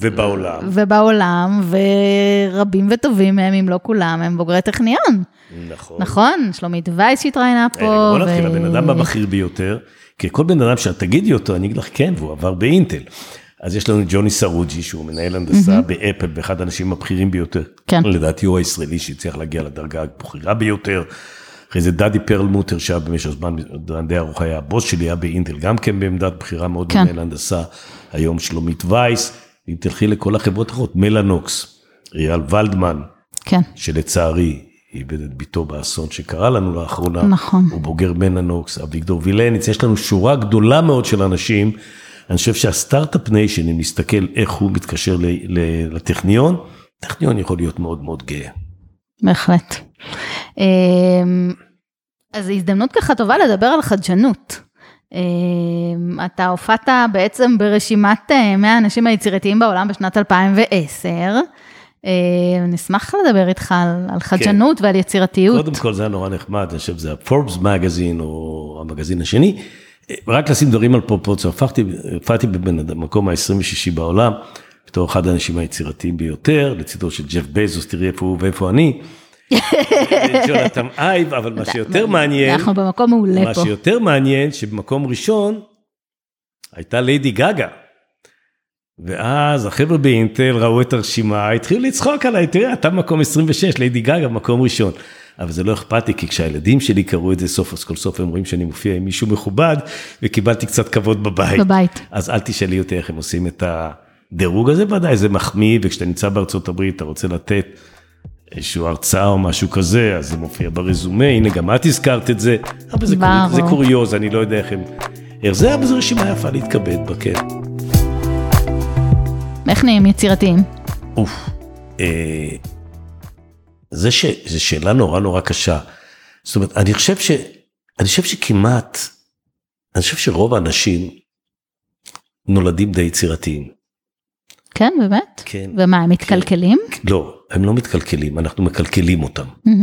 Speaker 2: ובעולם, ורבים וטובים מהם, אם לא כולם, הם בוגרי טכניון. נכון, שלומית וייס שהתראיינה פה.
Speaker 1: בוא נתחיל, הבן אדם הבכיר ביותר, כי כל בן אדם שאת תגידי אותו, אני אגיד לך כן, והוא עבר באינטל. אז יש לנו ג'וני סרוג'י, שהוא מנהל הנדסה באפל, באחד האנשים הבכירים ביותר. כן. לדעתי הוא הישראלי שהצליח להגיע לדרגה הבכירה ביותר. אחרי זה דדי פרלמוטר, שהיה במשך זמן די ארוך, היה הבוס שלי, היה באינטל, גם כן בעמדת בחירה מאוד מנהל הנדסה. היום שלומית וייס, אם תלכי לכל החברות אחרות, מלאנוקס. ריאל ולדמן,
Speaker 2: כן.
Speaker 1: שלצערי, איבד את ביתו באסון שקרה לנו לאחרונה,
Speaker 2: נכון.
Speaker 1: הוא בוגר מננוקס, אביגדור וילניץ, יש לנו שורה גדולה מאוד של אנשים, אני חושב שהסטארט-אפ ניישן, אם נסתכל איך הוא מתקשר לטכניון, טכניון יכול להיות מאוד מאוד גאה.
Speaker 2: בהחלט. אז זו הזדמנות ככה טובה לדבר על חדשנות. אתה הופעת בעצם ברשימת 100 האנשים היצירתיים בעולם בשנת 2010, נשמח לדבר איתך על חדשנות ועל יצירתיות.
Speaker 1: קודם כל זה היה נורא נחמד, אני חושב שזה הפורבס מגזין או המגזין השני, רק לשים דברים על פרופורציה, הופעתי במקום ה-26 בעולם, בתור אחד האנשים היצירתיים ביותר, לצידו של ג'ף בייזוס, תראי איפה הוא ואיפה אני, ג'ונתן אייב, אבל מה שיותר מעניין,
Speaker 2: אנחנו במקום מעולה פה.
Speaker 1: מה שיותר מעניין, שבמקום ראשון, הייתה ליידי גגה, ואז החבר'ה באינטל ראו את הרשימה, התחילו לצחוק עליי, תראה, אתה מקום 26, ליידי גגה, מקום ראשון. אבל זה לא אכפתי, כי כשהילדים שלי קראו את זה סוף, אז כל סוף הם רואים שאני מופיע עם מישהו מכובד, וקיבלתי קצת כבוד בבית. אז אל תשאלי אותי איך הם עושים את הדירוג הזה, ודאי זה מחמיא, וכשאתה נמצא בארצות הברית, אתה רוצה לתת איזושהי הרצאה או משהו כזה, אז זה מופיע ברזומה, הנה גם את הזכרת את זה, אבל זה קוריוז, אני לא יודע איך זה, אבל זו רשימה יפה להתכבד בה, כן.
Speaker 2: איך נהיים יצירתיים?
Speaker 1: זו שאלה נורא נורא קשה. זאת אומרת, אני חושב שכמעט, אני חושב שרוב האנשים נולדים די יצירתיים.
Speaker 2: כן, באמת?
Speaker 1: כן.
Speaker 2: ומה, הם מתקלקלים?
Speaker 1: לא, הם לא מתקלקלים, אנחנו מקלקלים אותם.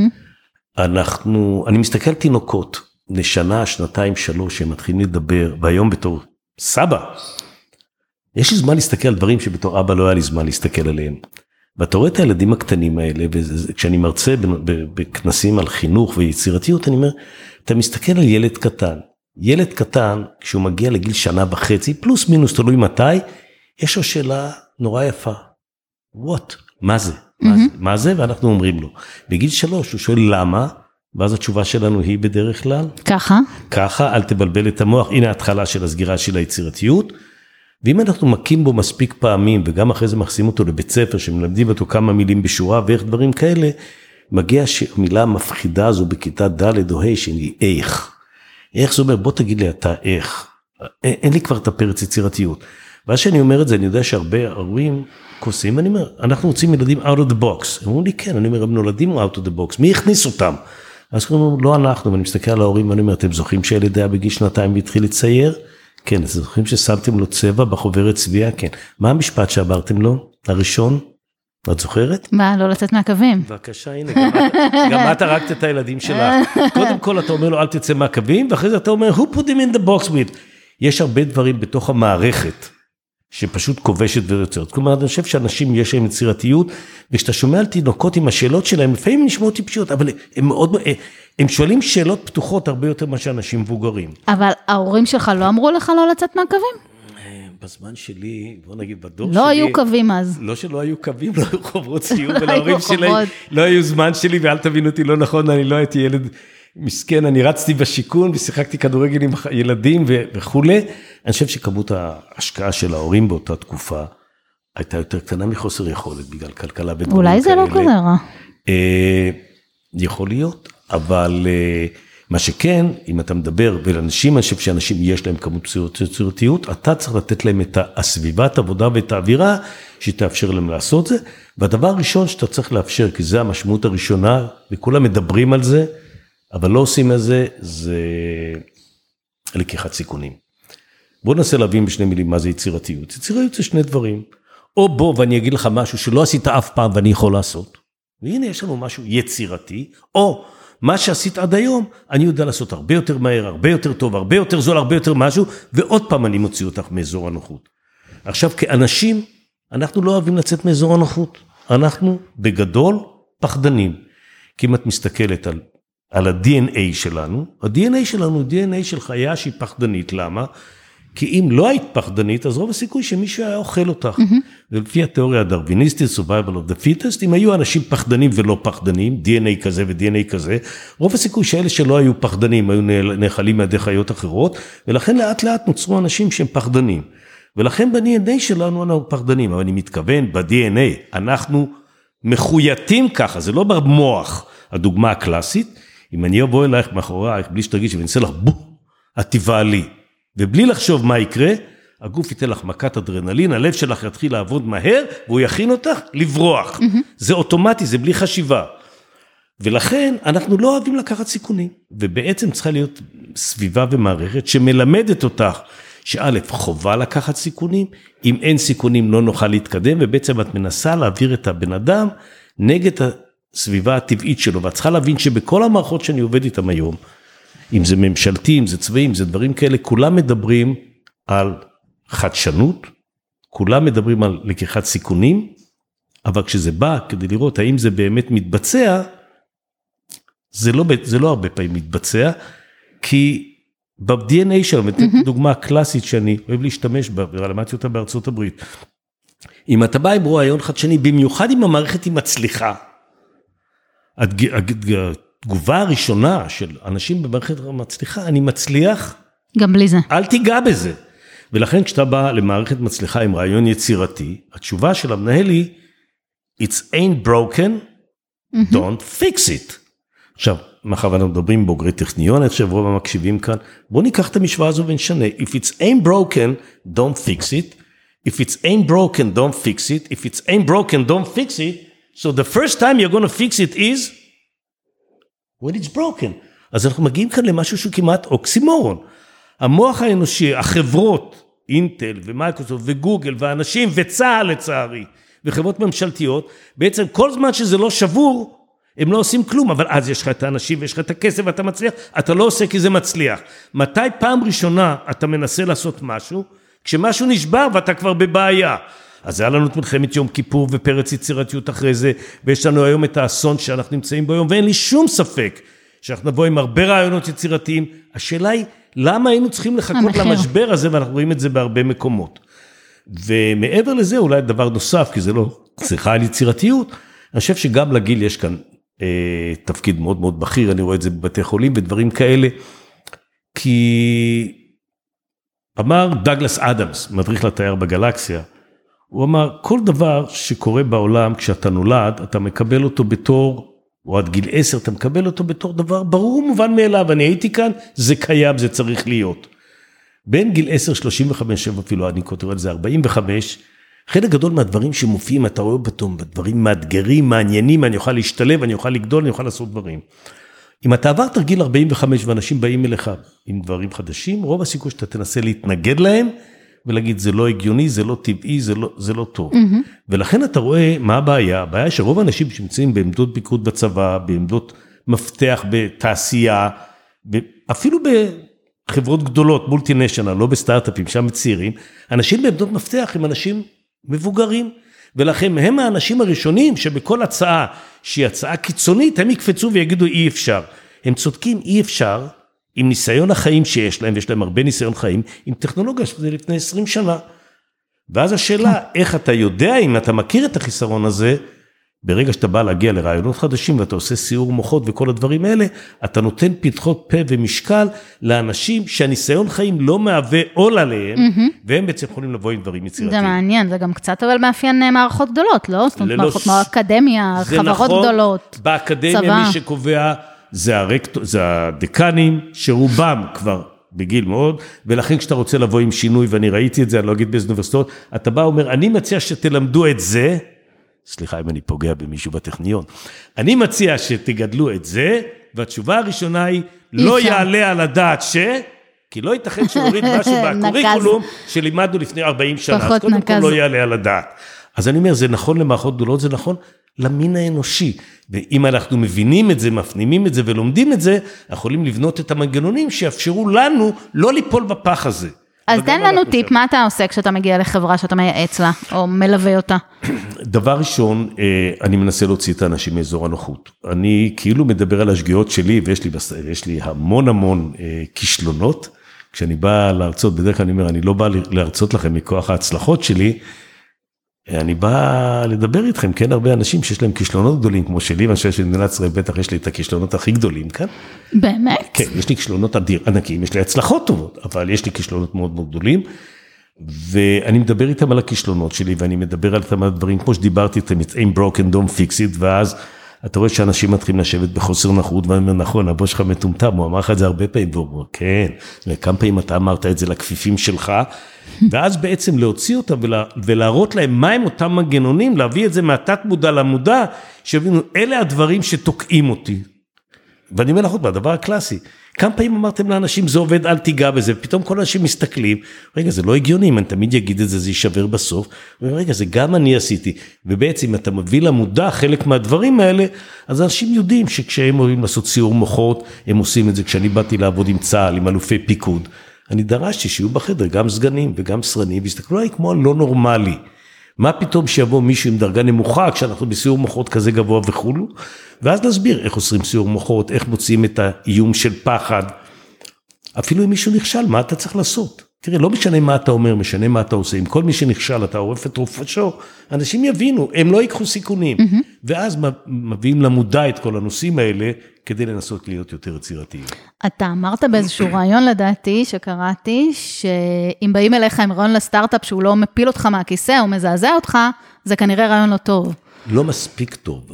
Speaker 1: אני מסתכל על תינוקות, לשנה, שנתיים, 3, שהם מתחילים לדבר, והיום בתור סבא, יש לי זמן להסתכל על דברים שבתור אבא לא היה לי זמן להסתכל עליהם. ואתה רואה את הילדים הקטנים האלה, וכשאני מרצה בכנסים על חינוך ויצירתיות, אני אומר, אתה מסתכל על ילד קטן, כשהוא מגיע לגיל 1.5 שנה, פלוס מינוס תלוי מתי, יש לו שאלה נורא יפה. What? מה זה? מה זה? ואנחנו אומרים לו. בגיל 3 הוא שואל למה, ואז התשובה שלנו היא בדרך כלל. ככה, אל תבלבל את המוח, הנה ההתחלה של הסגירה של היצירתיות, ואם אנחנו מקים בו מספיק פעמים, וגם אחרי זה מכניסים אותו לבית ספר, שמלמדים אותו כמה מילים בשורה, ואיך דברים כאלה, מגיע המילה המפחידה הזו בכיתה ד' או ה' שהיא איך. איך זה אומר, בוא תגיד לי אתה איך. אין לי כבר את הפרץ יצירתיות. ואז שאני אומר את זה, אני יודע שהרבה הורים כוסים, אני אומר, אנחנו רוצים ילדים out of the box. הם אומרים לי, כן, אני אומר, הם נולדים out of the box. מי הכניס אותם? אז אומרים, לא אנחנו, ואני מסתכל על ההורים, ואני אומר, אתם זוכרים שהילד היה בגיל 2 והתחיל לצייר? כן, אז זוכרים ששמתם לו צבע בחוברת צביעה? כן. מה המשפט שעברתם לו? הראשון? את זוכרת?
Speaker 2: מה, לא לצאת מהקווים.
Speaker 1: בבקשה, הנה, גם את הרגת את הילדים שלך. קודם כל אתה אומר לו, אל תצא מהקווים, ואחרי זה אתה אומר, who put them in the box with? יש הרבה דברים בתוך המערכת, שפשוט כובשת ויוצרת. כלומר, אני חושב שאנשים יש להם יצירתיות, וכשאתה שומע על תינוקות עם השאלות שלהם, לפעמים הם נשמעות טיפשיות, אבל הם שואלים שאלות פתוחות הרבה יותר מה שאנשים מבוגרים.
Speaker 2: אבל ההורים שלך לא אמרו לך לא לצאת מהקווים?
Speaker 1: בזמן שלי, בוא נגיד, בדור שלי...
Speaker 2: לא היו קווים אז.
Speaker 1: לא שלא היו קווים, לא היו חוברות סיום, ולהורים שלי לא היו זמן שלי, ואל תבין אותי לא נכון, אני לא הייתי ילד מסכן, אני רצתי בשיכון, ושיחקתי כדורגל עם ילדים וכו'. אני חושב שכמות ההשקעה של ההורים באותה תקופה, הייתה יותר קטנה מחוסר יכולת, בגלל כלכלה ודברים כאלה.
Speaker 2: אולי זה לא כזה רע.
Speaker 1: יכול להיות, אבל מה שכן, אם אתה מדבר, ולאנשים, אני חושב שאנשים יש להם כמות יצירתיות, אתה צריך לתת להם את הסביבת עבודה ואת האווירה, שתאפשר להם לעשות זה, והדבר הראשון שאתה צריך לאפשר, כי זה המשמעות הראשונה, וכולם מדברים על זה, אבל לא עושים את זה, זה לקיחת סיכונים. בוא ננסה להבין בשני מילים מה זה יצירתיות. יצירתיות זה שני דברים. או בוא ואני אגיד לך משהו שלא עשית אף פעם ואני יכול לעשות. והנה יש לנו משהו יצירתי, או מה שעשית עד היום, אני יודע לעשות הרבה יותר מהר, הרבה יותר טוב, הרבה יותר זול, הרבה יותר משהו, ועוד פעם אני מוציא אותך מאזור הנוחות. עכשיו כאנשים, אנחנו לא אוהבים לצאת מאזור הנוחות. אנחנו בגדול פחדנים. כי אם את מסתכלת על ה-DNA שלנו, ה-DNA שלנו הוא DNA של חיה שהיא פחדנית. למה? כי אם לא היית פחדנית, אז רוב הסיכוי שמישהו היה אוכל אותך. ולפי התיאוריה הדרוויניסטית, survival of the fittest, אם היו אנשים פחדנים ולא פחדנים, DNA כזה ו-DNA כזה, רוב הסיכוי שאלה שלא היו פחדנים, היו נאכלים מהדי חיות אחרות, ולכן לאט לאט נוצרו אנשים שהם פחדנים. ולכן ב-DNA שלנו אנחנו פחדנים, אבל אני מתכוון, ב-DNA אנחנו מחויטים ככה, זה לא במוח, הדוגמה הקלאסית, אם אני אבוא אלייך מאחורייך, בלי שתרגיש, ואני אעשה לך את תבעלי, ובלי לחשוב מה יקרה, הגוף ייתן לך מכת אדרנלין, הלב שלך יתחיל לעבוד מהר, והוא יכין אותך לברוח. זה אוטומטי, זה בלי חשיבה. ולכן אנחנו לא אוהבים לקחת סיכונים, ובעצם צריכה להיות סביבה ומערכת שמלמדת אותך, שא' חובה לקחת סיכונים, אם אין סיכונים לא נוכל להתקדם, ובעצם את מנסה להעביר את הבן אדם נגד הסביבה הטבעית שלו, ואת צריכה להבין שבכל המערכות שאני עובד איתם היום, אם זה ממשלתי, אם זה צבאי, אם זה דברים כאלה, כולם מדברים על חדשנות, כולם מדברים על לקיחת סיכונים, אבל כשזה בא כדי לראות האם זה באמת מתבצע, זה לא הרבה פעמים מתבצע, כי ב-DNA שלנו, דוגמה הקלאסית שאני אוהב להשתמש בה, ולמדתי אותה בארצות הברית, אם אתה בא עם רעיון חדשני, במיוחד אם המערכת היא מצליחה, התגובה הראשונה של אנשים במערכת מצליחה, אני מצליח,
Speaker 2: גם בלי זה.
Speaker 1: אל תיגע בזה. ולכן כשאתה בא למערכת מצליחה עם רעיון יצירתי, התשובה של המנהל היא, It's ain't broken, don't fix it. עכשיו, מאחר ואנחנו מדברים בוגרי טכניון, אני חושב רוב המקשיבים כאן, בואו ניקח את המשוואה הזו ונשנה. If it's ain't broken, don't fix it. If it's ain't broken, don't fix it. If it's ain't broken, don't fix it. So the first time you're going to fix it is when it's broken. אז אנחנו מגיעים כאן למשהו שהוא כמעט אוקסימורון. המוח האנושי, החברות, אינטל ומייקרוסופט וגוגל ואנשים וצה"ל לצערי, וחברות ממשלתיות, בעצם כל זמן שזה לא שבור, הם לא עושים כלום, אבל אז יש לך את האנשים ויש לך את הכסף ואתה מצליח, אתה לא עושה כי זה מצליח. מתי פעם ראשונה אתה מנסה לעשות משהו, כשמשהו נשבר ואתה כבר בבעיה. אז היה לנו את מלחמת יום כיפור ופרץ יצירתיות אחרי זה, ויש לנו היום את האסון שאנחנו נמצאים בו היום, ואין לי שום ספק שאנחנו נבוא עם הרבה רעיונות יצירתיים. השאלה היא, למה היינו צריכים לחכות למשבר הזה, ואנחנו רואים את זה בהרבה מקומות. ומעבר לזה, אולי דבר נוסף, כי זה לא צריכה על יצירתיות, אני חושב שגם לגיל יש כאן תפקיד מאוד מאוד בכיר, אני רואה את זה בבתי חולים ודברים כאלה, כי אמר דאגלס אדמס, מדריך לתייר בגלקסיה, הוא אמר, כל דבר שקורה בעולם כשאתה נולד, אתה מקבל אותו בתור, או עד גיל 10, אתה מקבל אותו בתור דבר ברור ומובן מאליו, אני הייתי כאן, זה קיים, זה צריך להיות. בין גיל 10, 35, אפילו אני כותב על זה 45, חלק גדול מהדברים שמופיעים, אתה רואה בתום, בדברים מאתגרים, מעניינים, אני אוכל להשתלב, אני אוכל לגדול, אני אוכל לעשות דברים. אם אתה עברת גיל 45 ואנשים באים אליך עם דברים חדשים, רוב הסיכוי שאתה תנסה להתנגד להם, ולהגיד, זה לא הגיוני, זה לא טבעי, זה לא טוב. ולכן אתה רואה מה הבעיה. הבעיה שרוב האנשים שנמצאים בעמדות פיקוד בצבא, בעמדות מפתח בתעשייה, אפילו בחברות גדולות, מולטינשיונל, לא בסטארט-אפים, שם צעירים, אנשים בעמדות מפתח הם אנשים מבוגרים, ולכן הם האנשים הראשונים שבכל הצעה שהיא הצעה קיצונית, הם יקפצו ויגידו אי אפשר. הם צודקים, אי אפשר, עם ניסיון החיים שיש להם, ויש להם הרבה ניסיון חיים, עם טכנולוגיה שזה לפני 20 שנה. ואז השאלה, איך אתה יודע, אם אתה מכיר את החיסרון הזה, ברגע שאתה בא להגיע לרעיונות חדשים, ואתה עושה סיור מוחות וכל הדברים האלה, אתה נותן פתחות פה ומשקל לאנשים שהניסיון חיים לא מהווה עול עליהם, והם בעצם יכולים לבוא עם דברים יצירתיים.
Speaker 2: זה מעניין, זה גם קצת אבל מאפיין מערכות גדולות, לא? זאת אומרת, מערכות כמו אקדמיה, חברות גדולות,
Speaker 1: באקדמיה מי שקובע, זה הדקנים, שרובם כבר בגיל מאוד, ולכן כשאתה רוצה לבוא עם שינוי, ואני ראיתי את זה, אני לא אגיד באיזה אוניברסיטאות, אתה בא ואומר, אני מציע שתלמדו את זה, סליחה אם אני פוגע במישהו בטכניון, אני מציע שתגדלו את זה, והתשובה הראשונה היא, לא יעלה על הדעת כי לא ייתכן שנוריד משהו בקוריקולום, שלימדנו לפני 40 שנה, אז קודם כל לא יעלה על הדעת. אז אני אומר, זה נכון למערכות גדולות, זה נכון למין האנושי, ואם אנחנו מבינים את זה, מפנימים את זה ולומדים את זה, אנחנו יכולים לבנות את המנגנונים שיאפשרו לנו לא ליפול בפח הזה.
Speaker 2: אז תן לנו טיפ, מה אתה עושה כשאתה מגיע לחברה שאתה מייעץ לה, או מלווה אותה?
Speaker 1: דבר ראשון, אני מנסה להוציא את האנשים מאזור הנוחות. אני כאילו מדבר על השגיאות שלי, ויש לי המון כישלונות. כשאני בא להרצות, בדרך כלל אני אומר, אני לא בא להרצות לכם מכוח ההצלחות שלי, אני בא לדבר איתכם, כן, הרבה אנשים שיש להם כישלונות גדולים, כמו שלי, ואני חושב שבמדינת ישראל בטח יש לי את הכישלונות הכי גדולים כאן.
Speaker 2: באמת?
Speaker 1: כן, יש לי כישלונות ענקים, יש לי הצלחות טובות, אבל יש לי כישלונות מאוד מאוד גדולים, ואני מדבר איתם על הכישלונות שלי, ואני מדבר איתם על דברים, כמו שדיברתי איתם, it's ain't broken, don't fix it, ואז אתה רואה שאנשים מתחילים לשבת בחוסר נוחות, ואני אומר, נכון, הבוס שלך מטומטם, הוא אמר לך את זה הרבה פעמים, והוא אומר, כן, וכמה פעמים אתה אמרת את זה לכפיפים שלך, ואז בעצם להוציא אותם, ולהראות להם מה הם אותם מנגנונים, להביא את זה מהתת מודע למודע, שיבינו, אלה הדברים שתוקעים אותי. ואני אומר לך עוד, הדבר הקלאסי, כמה פעמים אמרתם לאנשים, זה עובד, אל תיגע בזה, ופתאום כל אנשים מסתכלים, רגע, זה לא הגיוני, אם אני תמיד אגיד את זה, זה יישבר בסוף, ורגע, זה גם אני עשיתי, ובעצם אתה מביא למודע חלק מהדברים האלה, אז אנשים יודעים שכשהם אוהבים לעשות סיור מוחות, הם עושים את זה, כשאני באתי לעבוד עם צה"ל, עם אלופי פיקוד, אני דרשתי שיהיו בחדר גם סגנים וגם סרנים, והסתכלו עליי כמו לא נורמלי, מה פתאום שיבוא מישהו עם דרגה נמוכה, כשאנחנו בסיור מוחות כזה גבוה וכולו, ואז נסביר איך עושים סיור מוחות, איך מוצאים את האיום של פחד, אפילו אם מישהו נכשל, מה אתה צריך לעשות? תראה, לא משנה מה אתה אומר, משנה מה אתה עושה, אם כל מי שנכשל, אתה עורף את רופשו, אנשים יבינו, הם לא ייקחו סיכונים, ואז מביאים למודע את כל הנושאים האלה, כדי לנסות להיות יותר יצירתיים.
Speaker 2: אתה אמרת באיזשהו רעיון לדעתי, שקראתי, שאם באים אליך עם רעיון לסטארט-אפ, שהוא לא מפיל אותך מהכיסא, או מזעזע אותך, זה כנראה רעיון לא טוב.
Speaker 1: לא מספיק טוב.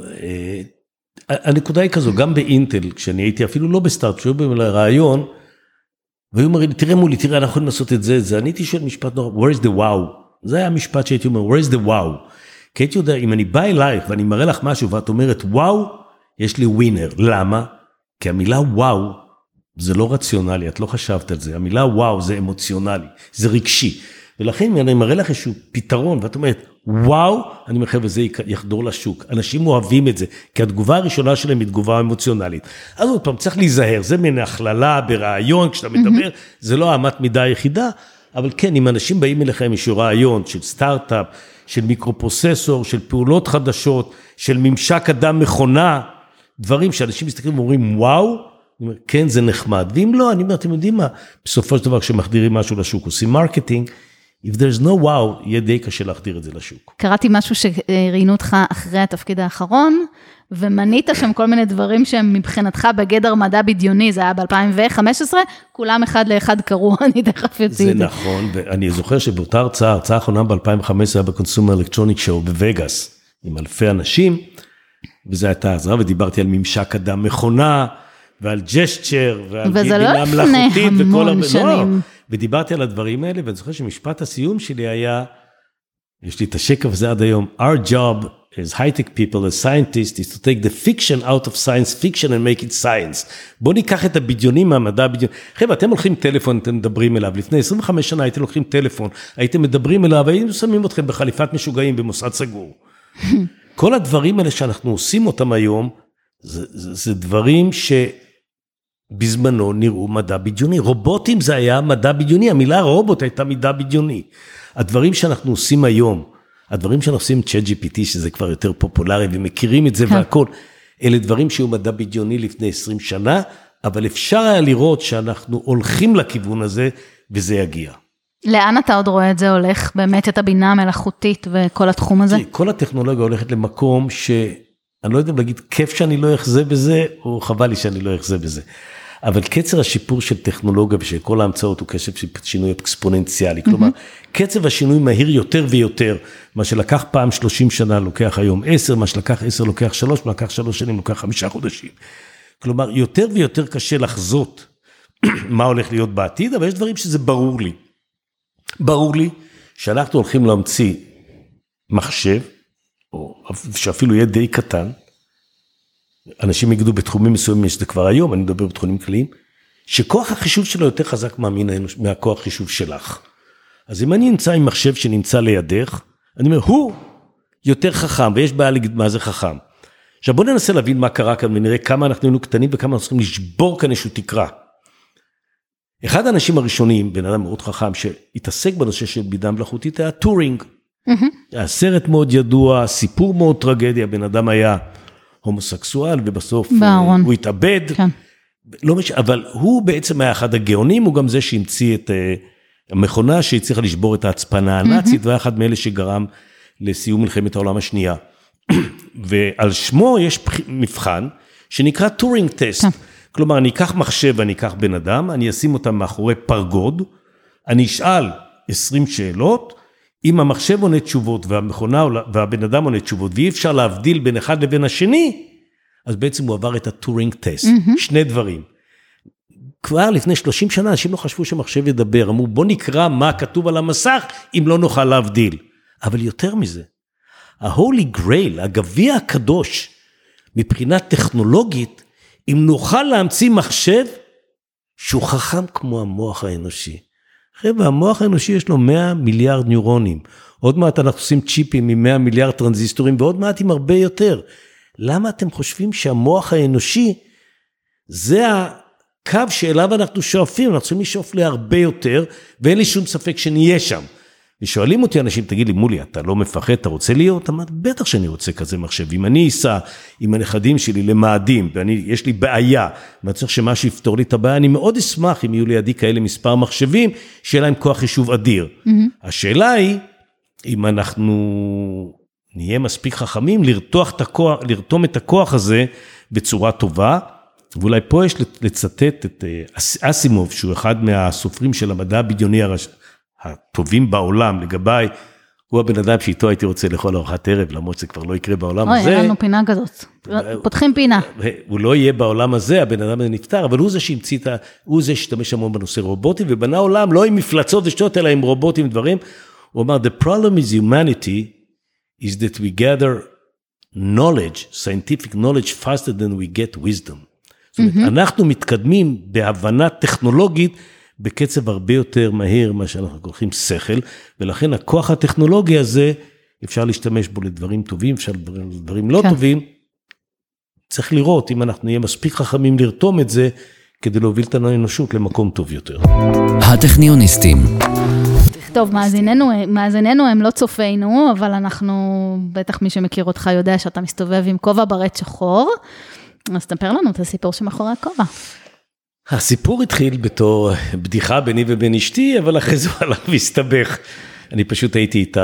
Speaker 1: הנקודה היא כזו, גם באינטל, כשאני הייתי אפילו לא בסטארט-אפ, שהיו בהם לרעיון, והיו אומרים לי, תראה מולי, תראה, אנחנו יכולים לעשות את זה, אני הייתי שואל משפט נורא, where is the wow? זה היה המשפט שהייתי אומר, where is the wow? כי הייתי יודע, אם אני בא אלייך, ואני מראה לך משהו, ואת אומרת, וואו, יש לי ווינר. למה? כי המילה וואו, זה לא רציונלי, את לא חשבת על זה, המילה וואו זה אמוציונלי, זה רגשי. ולכן אני מראה לך איזשהו פתרון, ואת אומרת, וואו, אני אומר, וזה יחדור לשוק. אנשים אוהבים את זה, כי התגובה הראשונה שלהם היא תגובה אמוציונלית. אז עוד פעם, צריך להיזהר, זה מן הכללה ברעיון, כשאתה מדבר, זה לא האמת מידה היחידה, אבל כן, אם אנשים באים אליך עם איזשהו רעיון של סטארט-אפ, של מיקרופרוססור, של פעולות חדשות, של ממשק אדם מכונה, דברים שאנשים מסתכלים ואומרים, וואו, אני אומר, כן, זה נחמד. ואם לא, אני אומר, אתם יודעים מה, בסופו של דבר, כשמחדירים משהו לשוק, עושים מרקטינג, if there's no wow, יהיה די קשה להחדיר את זה לשוק.
Speaker 2: קראתי משהו שראיינו אותך אחרי התפקיד האחרון, ומנית שם כל מיני דברים שהם מבחינתך בגדר מדע בדיוני, זה היה ב-2015, כולם אחד לאחד קראו, אני תכף יוציא את זה.
Speaker 1: זה נכון, ואני זוכר שבאותה הרצאה האחרונה ב-2015, היה בקונסומר אלקטרוניק שואו בווגאס, עם אלפי אנשים, וזה הייתה עזרה, ודיברתי על ממשק אדם מכונה, ועל ג'סטשר, ועל בינה מלאכותית, וכל הרבה, לא, ודיברתי על הדברים האלה, ואני זוכר שמשפט הסיום שלי היה, יש לי את השקף הזה עד היום, our job as high-tech people, as scientists, is to take the fiction out of science fiction and make it science. בואו ניקח את הבדיונים מהמדע הבדיוני. חבר'ה, אתם הולכים טלפון, אתם מדברים אליו, לפני 25 שנה הייתם לוקחים טלפון, הייתם מדברים אליו, והייתם שמים אתכם בחליפת משוגעים במוסד סגור. כל הדברים האלה שאנחנו עושים אותם היום, זה דברים שבזמנו נראו מדע בדיוני. רובוטים זה היה מדע בדיוני, המילה רובוט הייתה מדע בדיוני. הדברים שאנחנו עושים היום, הדברים שאנחנו עושים ChatGPT, שזה כבר יותר פופולרי, ומכירים את זה והכל, אלה דברים שהיו מדע בדיוני לפני 20 שנה, אבל אפשר היה לראות שאנחנו הולכים לכיוון הזה, וזה יגיע.
Speaker 2: לאן אתה עוד רואה את זה הולך, באמת את הבינה המלאכותית וכל התחום הזה?
Speaker 1: כל הטכנולוגיה הולכת למקום שאני לא יודע להגיד, כיף שאני לא אחזה בזה, או חבל לי שאני לא אחזה בזה. אבל קצר השיפור של טכנולוגיה ושל כל ההמצאות הוא קצב שינוי אקספוננציאלי, כלומר, קצב השינוי מהיר יותר ויותר, מה שלקח פעם 30 שנה לוקח היום 10, מה שלקח 10 לוקח 3, מה לקח 3 שנים לוקח 5 חודשים. כלומר, יותר ויותר קשה לחזות מה הולך להיות בעתיד, אבל יש דברים שזה ברור לי. ברור לי שאנחנו הולכים להמציא מחשב, או שאפילו יהיה די קטן, אנשים יגידו בתחומים מסוימים, שזה כבר היום, אני מדבר בתחומים כלליים, שכוח החישוב שלו יותר חזק מהכוח חישוב שלך. אז אם אני נמצא עם מחשב שנמצא לידך, אני אומר, הוא יותר חכם, ויש בעיה להגיד מה זה חכם. עכשיו בואו ננסה להבין מה קרה כאן, ונראה כמה אנחנו היינו קטנים, וכמה אנחנו צריכים לשבור כאן איזשהו תקרה. אחד האנשים הראשונים, בן אדם מאוד חכם, שהתעסק בנושא של בינה מלאכותית, היה טורינג. היה סרט מאוד ידוע, סיפור מאוד טרגדיה, בן אדם היה הומוסקסואל, ובסוף הוא התאבד. לא משנה, אבל הוא בעצם היה אחד הגאונים, הוא גם זה שהמציא את המכונה, שהצליחה לשבור את ההצפנה הנאצית, והיה אחד מאלה שגרם לסיום מלחמת העולם השנייה. ועל שמו יש מבחן, שנקרא טורינג טסט. כלומר, אני אקח מחשב ואני אקח בן אדם, אני אשים אותם מאחורי פרגוד, אני אשאל 20 שאלות, אם המחשב עונה תשובות והמכונה והבן אדם עונה תשובות, ואי אפשר להבדיל בין אחד לבין השני, אז בעצם הוא עבר את הטורינג טסט, שני דברים. כבר לפני 30 שנה, אנשים לא חשבו שמחשב ידבר, אמרו בוא נקרא מה כתוב על המסך, אם לא נוכל להבדיל. אבל יותר מזה, ה-Holy Grail, הגביע הקדוש, מבחינה טכנולוגית, אם נוכל להמציא מחשב, שהוא חכם כמו המוח האנושי. חבר'ה, המוח האנושי יש לו 100 מיליארד ניורונים, עוד מעט אנחנו עושים צ'יפים עם 100 מיליארד טרנזיסטורים, ועוד מעט עם הרבה יותר. למה אתם חושבים שהמוח האנושי, זה הקו שאליו אנחנו שואפים, אנחנו צריכים לשאוף להרבה יותר, ואין לי שום ספק שנהיה שם. ושואלים אותי אנשים, תגיד לי, מולי, אתה לא מפחד, אתה רוצה להיות? אמרת, בטח שאני רוצה כזה מחשב. אם אני אסע עם הנכדים שלי למאדים, ויש לי בעיה, ואני צריך שמשהו יפתור לי את הבעיה, אני מאוד אשמח אם יהיו לידי כאלה מספר מחשבים, שיהיה להם כוח חישוב אדיר. השאלה היא, אם אנחנו נהיה מספיק חכמים, לרתום את הכוח הזה בצורה טובה, ואולי פה יש לצטט את אסימוב, שהוא אחד מהסופרים של המדע הבדיוני הטובים בעולם, לגביי, הוא הבן אדם שאיתו הייתי רוצה לאכול ארוחת ערב, למרות שזה כבר לא יקרה בעולם הזה.
Speaker 2: אין לנו פינה כזאת, פותחים פינה.
Speaker 1: הוא לא יהיה בעולם הזה, הבן אדם הזה נפטר, אבל הוא זה שהמציא, הוא זה שהשתמש המון בנושא רובוטים, ובנה עולם לא עם מפלצות ושטות, אלא עם רובוטים ודברים. הוא אמר, the problem is humanity, is that we gather knowledge, scientific knowledge, faster than we get wisdom. זאת אומרת, אנחנו מתקדמים בהבנה טכנולוגית, בקצב הרבה יותר מהיר, מה שאנחנו הולכים שכל, ולכן הכוח הטכנולוגי הזה, אפשר להשתמש בו לדברים טובים, אפשר לדברים לא טובים, צריך לראות אם אנחנו נהיה מספיק חכמים לרתום את זה, כדי להוביל את האנושות למקום טוב יותר.
Speaker 3: הטכניוניסטים.
Speaker 2: טוב, מאזיננו הם לא צופינו, אבל אנחנו, בטח מי שמכיר אותך יודע שאתה מסתובב עם כובע ברט שחור, אז תספר לנו את הסיפור שמאחורי הכובע.
Speaker 1: הסיפור התחיל בתור בדיחה ביני ובין אשתי, אבל אחרי זה הוא הלך והסתבך. אני פשוט הייתי איתה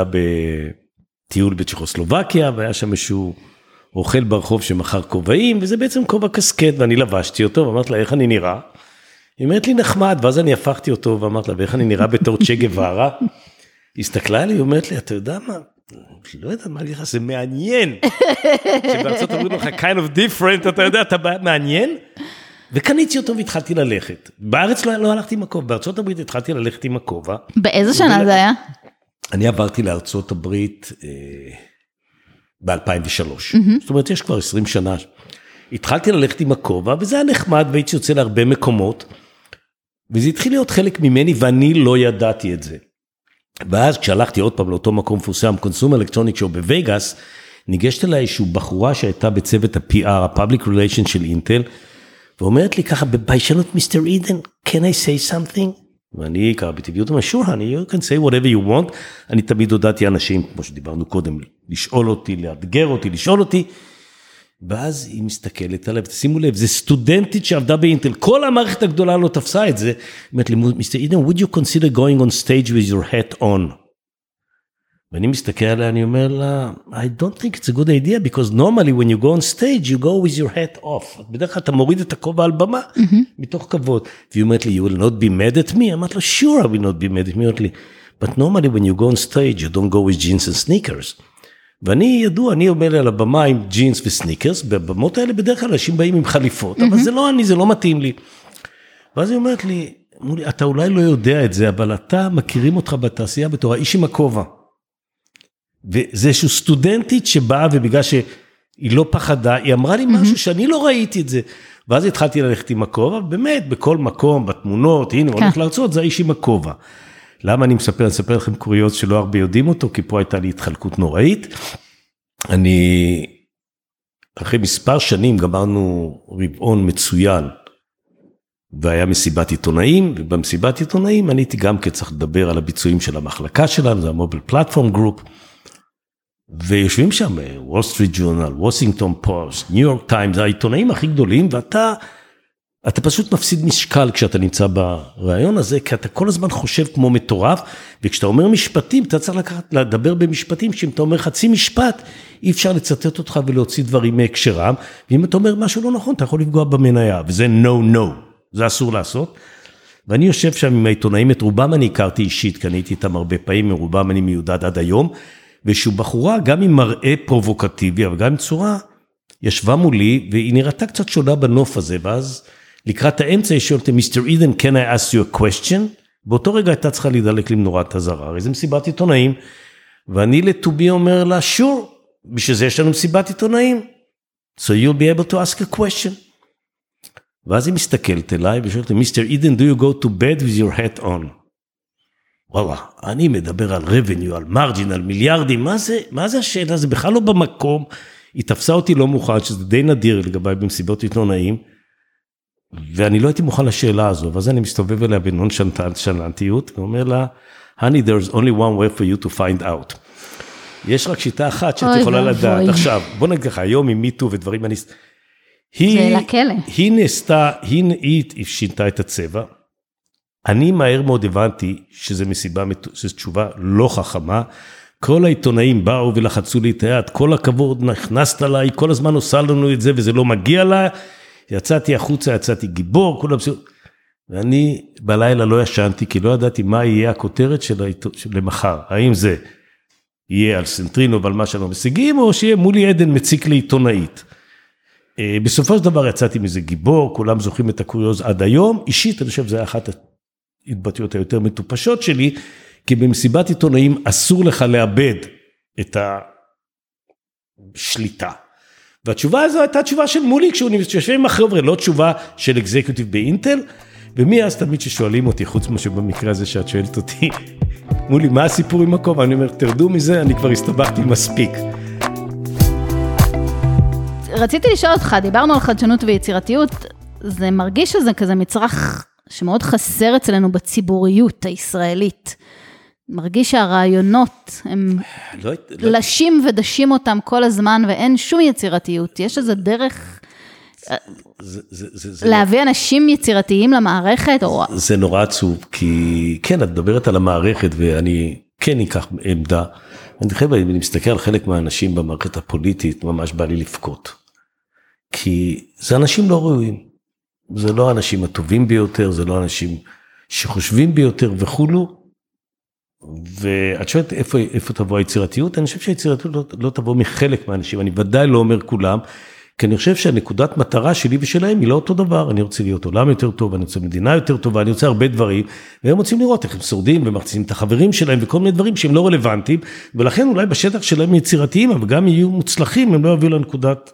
Speaker 1: בטיול בצ'כוסלובקיה, והיה שם איזשהו אוכל ברחוב שמכר כובעים, וזה בעצם כובע קסקט, ואני לבשתי אותו, ואמרת לה, איך אני נראה? היא אומרת לי נחמד, ואז אני הפכתי אותו, ואמרת לה, ואיך אני נראה בתור צ'ה גווארה? הסתכלה עלי, היא אומרת לי, אתה יודע מה? לא יודע מה לך, זה מעניין. שבארצות הברית לך kind of different, אתה יודע, אתה מעניין? וקניתי אותו והתחלתי ללכת. בארץ לא הלכתי עם הכובע, בארצות הברית התחלתי ללכת עם הכובע.
Speaker 2: באיזה שנה זה היה?
Speaker 1: אני עברתי לארצות הברית ב-2003. זאת אומרת, יש כבר 20 שנה. התחלתי ללכת עם הכובע, וזה היה נחמד, והייתי יוצא להרבה מקומות, וזה התחיל להיות חלק ממני, ואני לא ידעתי את זה. ואז כשהלכתי עוד פעם לאותו מקום מפורסם, Consumer Electronics Show בוויגאס, ניגשת אליי איזושהי בחורה שהייתה בצוות ה-PR, ה-Public Relations של אינטל, ואומרת לי ככה, בביישנות, מיסטר אידן, can I say something? ואני ככה בטבעיות, אומר, sure, honey, you can say whatever you want. אני תמיד הודעתי אנשים, כמו שדיברנו קודם, לשאול אותי, לאתגר אותי, לשאול אותי, ואז היא מסתכלת עליו, תשימו לב, זה סטודנטית שעבדה באינטל, כל המערכת הגדולה לא תפסה את זה, אומרת לי, מיסטר אידן, would you consider going on stage with your hat on? ואני מסתכל עליה, אני אומר לה, I don't think it's a good idea, because normally when you go on stage, you go with your hat off. בדרך כלל אתה מוריד את הכובע על במה, מתוך כבוד. והיא אומרת לי, you will not be mad at me? אמרת לה, sure I will not be mad at me. אומרת לי, but normally when you go on stage, you don't go with jeans and sneakers. ואני ידוע, אני אומר לי על הבמה עם ג'ינס וסניקרס, בבמות האלה בדרך כלל אנשים באים עם חליפות, אבל זה לא אני, זה לא מתאים לי. ואז היא אומרת לי, אתה אולי לא יודע את זה, אבל אתה מכירים אותך בתעשייה בתור האיש עם הכובע. וזה איזשהו סטודנטית שבאה, ובגלל שהיא לא פחדה, היא אמרה לי משהו שאני לא ראיתי את זה. ואז התחלתי ללכת עם הכובע, באמת, בכל מקום, בתמונות, הנה, הולך להרצות, זה האיש עם הכובע. למה אני מספר? אני אספר לכם קוריוז שלא הרבה יודעים אותו, כי פה הייתה לי התחלקות נוראית. אני, אחרי מספר שנים, גמרנו רבעון מצוין, והיה מסיבת עיתונאים, ובמסיבת עיתונאים אני הייתי גם כצריך לדבר על הביצועים של המחלקה שלנו, זה המוביל פלטפורם גרופ, ויושבים שם, וול סטריט ג'ורנל, וושינגטון פוסט, ניו יורק טיימס, העיתונאים הכי גדולים, ואתה פשוט מפסיד משקל כשאתה נמצא ברעיון הזה, כי אתה כל הזמן חושב כמו מטורף, וכשאתה אומר משפטים, אתה צריך לדבר במשפטים, שאם אתה אומר חצי משפט, אי אפשר לצטט אותך ולהוציא דברים מהקשרם, ואם אתה אומר משהו לא נכון, אתה יכול לפגוע במניה, וזה no, זה אסור לעשות. ואני יושב שם עם העיתונאים, את רובם אני הכרתי אישית, כי אני הייתי איתם הרבה פעמים, מרובם אני מיודד עד היום, ושהוא בחורה גם עם מראה פרובוקטיבי, אבל גם עם צורה, ישבה מולי, והיא נראתה קצת שונה בנוף הזה, ואז לקראת האמצע היא שואלת, Mr. Eden, can I ask you a question? באותו רגע הייתה צריכה להידלק למנורת הזרה, הרי זה מסיבת עיתונאים, ואני לטובי אומר לה, sure, בשביל זה יש לנו מסיבת עיתונאים, so you'll be able to ask a question. ואז היא מסתכלת אליי ושואלת, Mr. Eden, do you go to bed with your hat on? וואלה, אני מדבר על revenue, על margin, על מיליארדים, מה זה השאלה? זה בכלל לא במקום, היא תפסה אותי לא מוכן, שזה די נדיר לגבי במסיבות עיתונאים, ואני לא הייתי מוכן לשאלה הזו, ואז אני מסתובב אליה בנון שלנתיות, ואומר לה, honey, there's only one way for you to find out. יש רק שיטה אחת שאת יכולה לדעת. עכשיו, בוא נגיד לך, היום עם מיטו ודברים,
Speaker 2: זה לכלא.
Speaker 1: היא שינתה את הצבע, אני מהר מאוד הבנתי שזו תשובה לא חכמה, כל העיתונאים באו ולחצו לי את היד, כל הכבוד נכנסת עליי, כל הזמן עושה לנו את זה וזה לא מגיע לה, יצאתי החוצה, יצאתי גיבור, ואני בלילה לא ישנתי, כי לא ידעתי מה יהיה הכותרת למחר, האם זה יהיה על סנטרינו ועל מה שאנחנו משיגים, או שיהיה מולי עדן מציק לעיתונאית. בסופו של דבר יצאתי מזה גיבור, כולם זוכרים את הקוריוז עד היום, אישית אני חושב זה אחת ההתבטאויות היותר מטופשות שלי, כי במסיבת עיתונאים אסור לך לאבד את השליטה. והתשובה הזו הייתה תשובה של מולי, כשהוא יושב עם החבר'ה, לא תשובה של אקזקיוטיב באינטל, ומי אז תמיד ששואלים אותי, חוץ משהו במקרה הזה שאת שואלת אותי, מולי, מה הסיפור עם מקום? אני אומר, תרדו מזה, אני כבר הסתבכתי מספיק.
Speaker 2: רציתי לשאול אותך, דיברנו על חדשנות ויצירתיות, זה מרגיש שזה כזה מצרך שמאוד חסר אצלנו בציבוריות הישראלית. מרגיש שהרעיונות הם לשים ודשים אותם כל הזמן, ואין שום יצירתיות. יש איזה דרך להביא אנשים יצירתיים למערכת?
Speaker 1: זה נורא עצוב, כי כן, את מדברת על המערכת, ואני כן אקח עמדה. אני מסתכל על חלק מהאנשים במערכת הפוליטית, ממש בא לי לפקוט. כי זה אנשים לא ראויים. זה לא האנשים הטובים ביותר, זה לא האנשים שחושבים ביותר וכולו. ואת שואלת איפה תבוא היצירתיות? אני חושב שהיצירתיות לא תבוא מחלק מהאנשים, אני ודאי לא אומר כולם, כי אני חושב שהנקודת מטרה שלי ושלהם היא לא אותו דבר, אני רוצה להיות עולם יותר טוב, אני רוצה מדינה יותר טובה, אני רוצה הרבה דברים, והם רוצים לראות איך הם שורדים ומחצינים את החברים שלהם וכל מיני דברים שהם לא רלוונטיים, ולכן אולי בשטח שלהם יצירתיים, אבל גם יהיו מוצלחים, הם לא יביאו לנקודת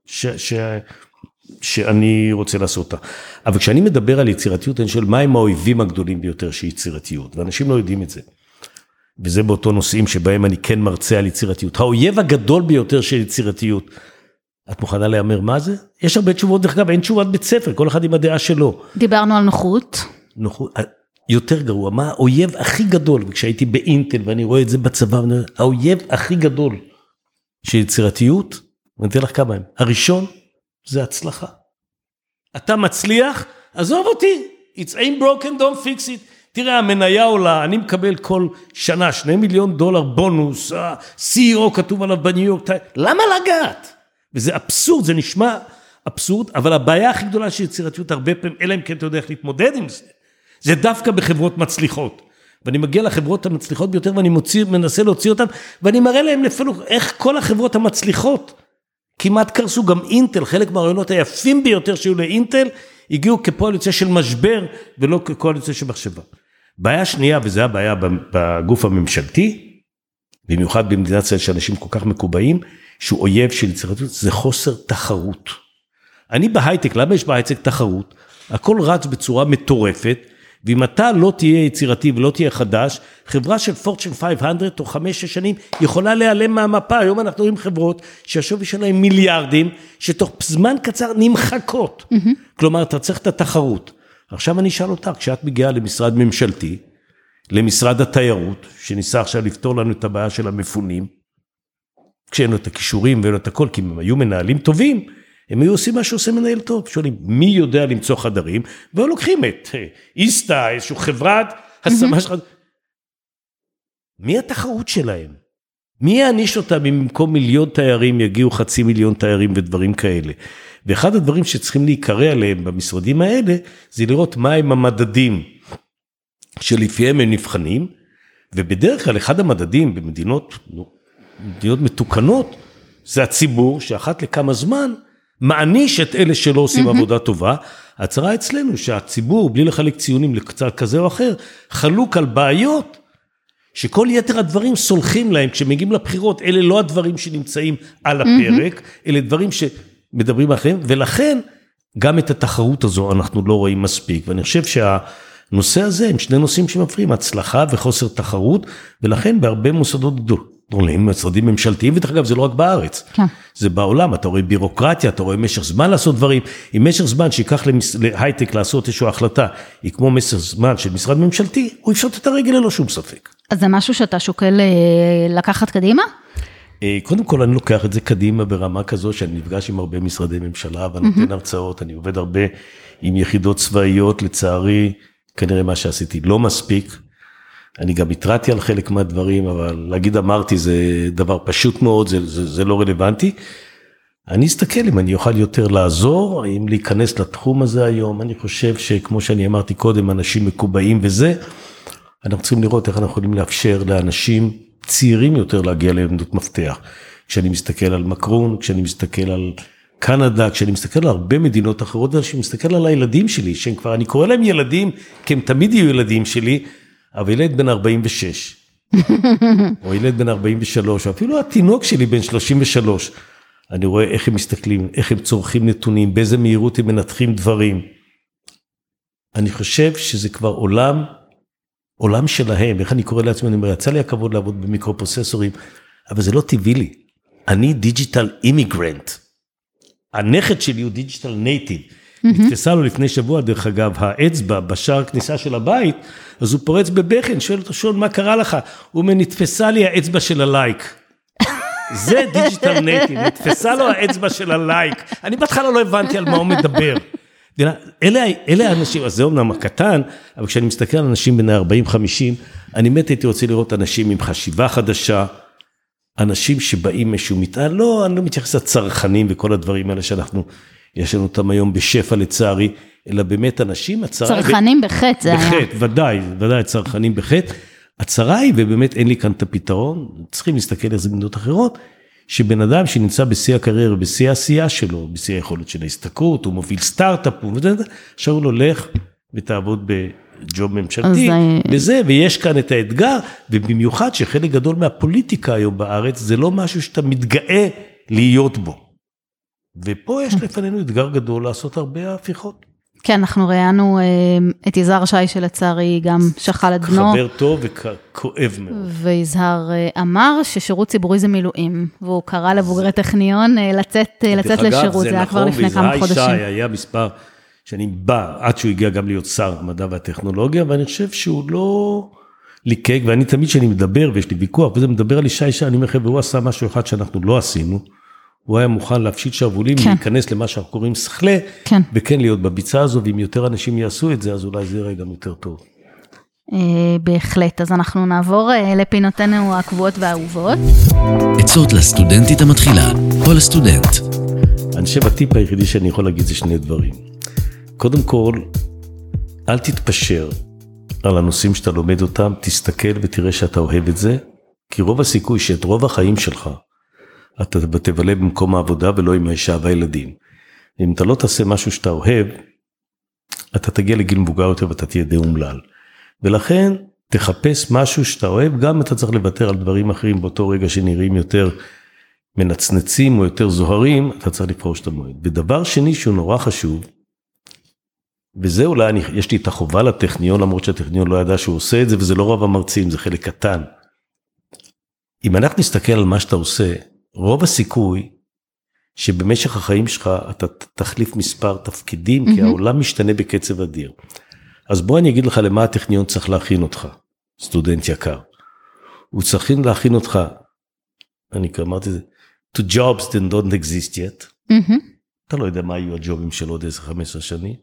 Speaker 1: שאני רוצה לעשות אותה. אבל כשאני מדבר על יצירתיות, אני שואל, מה הם האויבים הגדולים ביותר של יצירתיות? ואנשים לא יודעים את זה. וזה באותו נושאים שבהם אני כן מרצה על יצירתיות. האויב הגדול ביותר של יצירתיות, את מוכנה להאמר מה זה? יש הרבה תשובות, דרך אגב, אין תשובת בית ספר, כל אחד עם הדעה שלו.
Speaker 2: דיברנו על נוחות.
Speaker 1: נוחות, יותר גרוע, מה האויב הכי גדול, וכשהייתי באינטל ואני רואה את זה בצבא, האויב הכי גדול של יצירתיות, ואני אתן לך כמה הם. הראשון, זה הצלחה. אתה מצליח, עזוב אותי, it's ain't broken, don't fix it. תראה, המניה עולה, אני מקבל כל שנה $2 מיליון בונוס, CEO כתוב עליו בניו יורק, למה לגעת? וזה אבסורד, זה נשמע אבסורד, אבל הבעיה הכי גדולה של יצירתיות הרבה פעמים, אלא אם כן אתה יודע איך להתמודד עם זה, זה דווקא בחברות מצליחות. ואני מגיע לחברות המצליחות ביותר, ואני מנסה להוציא אותן, ואני מראה להם לפעמים איך כל החברות המצליחות, כמעט קרסו, גם אינטל, חלק מהרעיונות היפים ביותר שהיו לאינטל, הגיעו כפועל יוצא של משבר, ולא כפועל יוצא של מחשבה. בעיה שנייה, וזה הבעיה בגוף הממשלתי, במיוחד במדינת ישראל שאנשים כל כך מקובעים, שהוא אויב של יצירתיות, זה חוסר תחרות. אני בהייטק, למה יש בהייטק תחרות? הכל רץ בצורה מטורפת, ואם אתה לא תהיה יצירתי ולא תהיה חדש, חברה של פורצ'ן 500 או 5-6 שנים, יכולה להיעלם מהמפה. היום אנחנו רואים חברות שהשווי שלהם מיליארדים, שתוך זמן קצר נמחקות. כלומר, אתה צריך את התחרות. עכשיו אני אשאל אותך, כשאת מגיעה למשרד ממשלתי, למשרד התיירות, שניסה עכשיו לפתור לנו את הבעיה של המפונים, כשאין לו את הכישורים ואין לו את הכל, כי הם היו מנהלים טובים, הם היו עושים מה שעושה מנהל טוב, שואלים, מי יודע למצוא חדרים, והוא לוקחים את איסטה, איזשהו חברת השמה שלך, מי התחרות שלהם? מי יעניש אותם אם במקום 1,000,000 תיירים יגיעו 500,000 תיירים ודברים כאלה? ואחד הדברים שצריכים להיקרא עליהם במשרדים האלה, זה לראות מה הם המדדים שלפיהם הם נבחנים, ובדרך כלל אחד המדדים במדינות מתוקנות, זה הציבור שאחת לכמה זמן מעניש את אלה שלא עושים עבודה טובה. הצרה אצלנו שהציבור, בלי לחלק ציונים לקצת כזה או אחר, חלוק על בעיות, שכל יתר הדברים סולחים להם, כשמגיעים לבחירות, אלה לא הדברים שנמצאים על הפרק, אלה דברים שמדברים אחרים, ולכן גם את התחרות הזו אנחנו לא רואים מספיק, ואני חושב שהנושא הזה הם שני נושאים שמפריעים, הצלחה וחוסר תחרות, ולכן בהרבה מוסדות גדולים, משרדים ממשלתיים, ודרך אגב זה לא רק בארץ, זה בעולם, אתה רואה בירוקרטיה, אתה רואה משך זמן לעשות דברים, אם משך זמן שיקח להייטק לעשות איזושהי החלטה, היא כמו משך זמן של משרד ממשלתי, הוא יפשוט את הרגל ללא שום ספק.
Speaker 2: אז זה משהו שאתה שוקל לקחת קדימה?
Speaker 1: קודם כל אני לוקח את זה קדימה ברמה כזו, שאני נפגש עם הרבה משרדי ממשלה, ואני נותן הרצאות, אני עובד הרבה עם יחידות צבאיות, לצערי, כנראה מה שעשיתי לא מספיק, אני גם התרעתי על חלק מהדברים, אבל להגיד אמרתי זה דבר פשוט מאוד, זה לא רלוונטי. אני אסתכל אם אני אוכל יותר לעזור, אם להיכנס לתחום הזה היום, אני חושב שכמו שאני אמרתי קודם, אנשים מקובעים וזה, אנחנו צריכים לראות איך אנחנו יכולים לאפשר לאנשים צעירים יותר להגיע לעמדות מפתח. כשאני מסתכל על מקרון, כשאני מסתכל על קנדה, כשאני מסתכל על הרבה מדינות אחרות, כשאני מסתכל על הילדים שלי, שהם כבר, אני קורא להם ילדים, כי הם תמיד יהיו ילדים שלי, אבל ילד בן 46, או ילד בן 43, או אפילו התינוק שלי בן 33, אני רואה איך הם מסתכלים, איך הם צורכים נתונים, באיזה מהירות הם מנתחים דברים. אני חושב שזה כבר עולם שלהם, איך אני קורא לעצמי, אני אומר, יצא לי הכבוד לעבוד במיקרופרוססורים, אבל זה לא טבעי לי. אני דיג'יטל אימיגרנט. הנכד שלי הוא דיג'יטל נייטיב. נתפסה לו לפני שבוע, דרך אגב, האצבע בשער הכניסה של הבית, אז הוא פורץ בבכן, שואל אותו, שואל, מה קרה לך? הוא אומר, נתפסה לי האצבע של הלייק. זה דיג'יטל נייטיב, נתפסה לו האצבע של הלייק. אני בהתחלה לא הבנתי על מה הוא מדבר. אלה האנשים, אז זה אומנם הקטן, אבל כשאני מסתכל על אנשים בני 40-50, אני באמת הייתי רוצה לראות אנשים עם חשיבה חדשה, אנשים שבאים משהו מטען, לא, אני לא מתייחס לצרכנים וכל הדברים האלה יש לנו אותם היום בשפע לצערי, אלא באמת אנשים,
Speaker 2: צרכנים בחטא, זה היה.
Speaker 1: בחטא, ודאי, צרכנים בחטא. הצרה היא, ובאמת אין לי כאן את הפתרון, צריכים להסתכל על זה במדינות אחרות, שבן אדם שנמצא בשיא הקריירה, בשיא העשייה שלו, בשיא היכולת של ההסתכלות, הוא מוביל סטארט-אפ, עכשיו הוא הולך ותעבוד בג'וב ממשלתי, בזה, ויש כאן את האתגר, ובמיוחד שחלק גדול מהפוליטיקה היום בארץ, זה לא משהו שאתה מתגאה להיות בו. ופה יש לפנינו אתגר גדול לעשות הרבה הפיכות.
Speaker 2: כן, אנחנו ראינו את יזהר שי שלצערי גם שחל את בנו.
Speaker 1: חבר טוב וכואב מאוד.
Speaker 2: ויזהר אמר ששירות ציבורי זה מילואים, והוא קרא לבוגרי טכניון לצאת לשירות, זה היה כבר לפני כמה חודשים.
Speaker 1: ויזהר שי היה מספר שאני בא, עד שהוא הגיע גם להיות שר המדע והטכנולוגיה, ואני חושב שהוא לא ליקק, ואני תמיד שאני מדבר, ויש לי ויכוח, וזה מדבר על אישה, אני אומר, והוא עשה משהו אחד שאנחנו לא עשינו, הוא היה מוכן להפשיט שרוולים, להיכנס למה שאנחנו קוראים שכלה, וכן להיות בביצה הזו, ואם יותר אנשים יעשו את זה, אז אולי זה יראה גם יותר טוב.
Speaker 2: בהחלט, אז אנחנו נעבור לפינותינו הקבועות והאהובות.
Speaker 3: עצות לסטודנטית המתחילה, או לסטודנט.
Speaker 1: אני חושב, הטיפ היחידי שאני יכול להגיד זה שני דברים. קודם כל, אל תתפשר על הנושאים שאתה לומד אותם, תסתכל ותראה שאתה אוהב את זה, כי רוב הסיכוי שאת רוב החיים שלך, אתה תבלה במקום העבודה ולא עם האישה והילדים. אם אתה לא תעשה משהו שאתה אוהב, אתה תגיע לגיל מבוגר יותר ואתה תהיה די אומלל. ולכן תחפש משהו שאתה אוהב, גם אתה צריך לוותר על דברים אחרים באותו רגע שנראים יותר מנצנצים או יותר זוהרים, אתה צריך לפרוש את המועד. ודבר שני שהוא נורא חשוב, וזה אולי יש לי את החובה לטכניון, למרות שהטכניון לא ידע שהוא עושה את זה, וזה לא רוב המרצים, זה חלק קטן. אם אנחנו נסתכל על מה שאתה עושה, רוב הסיכוי שבמשך החיים שלך אתה תחליף מספר תפקידים, כי העולם משתנה בקצב אדיר. אז בוא אני אגיד לך למה הטכניון צריך להכין אותך, סטודנט יקר. הוא צריך להכין אותך, אני אמרתי זה, to jobs that don't exist yet. אתה לא יודע מה יהיו הג'ובים של עוד 10-15 שנים.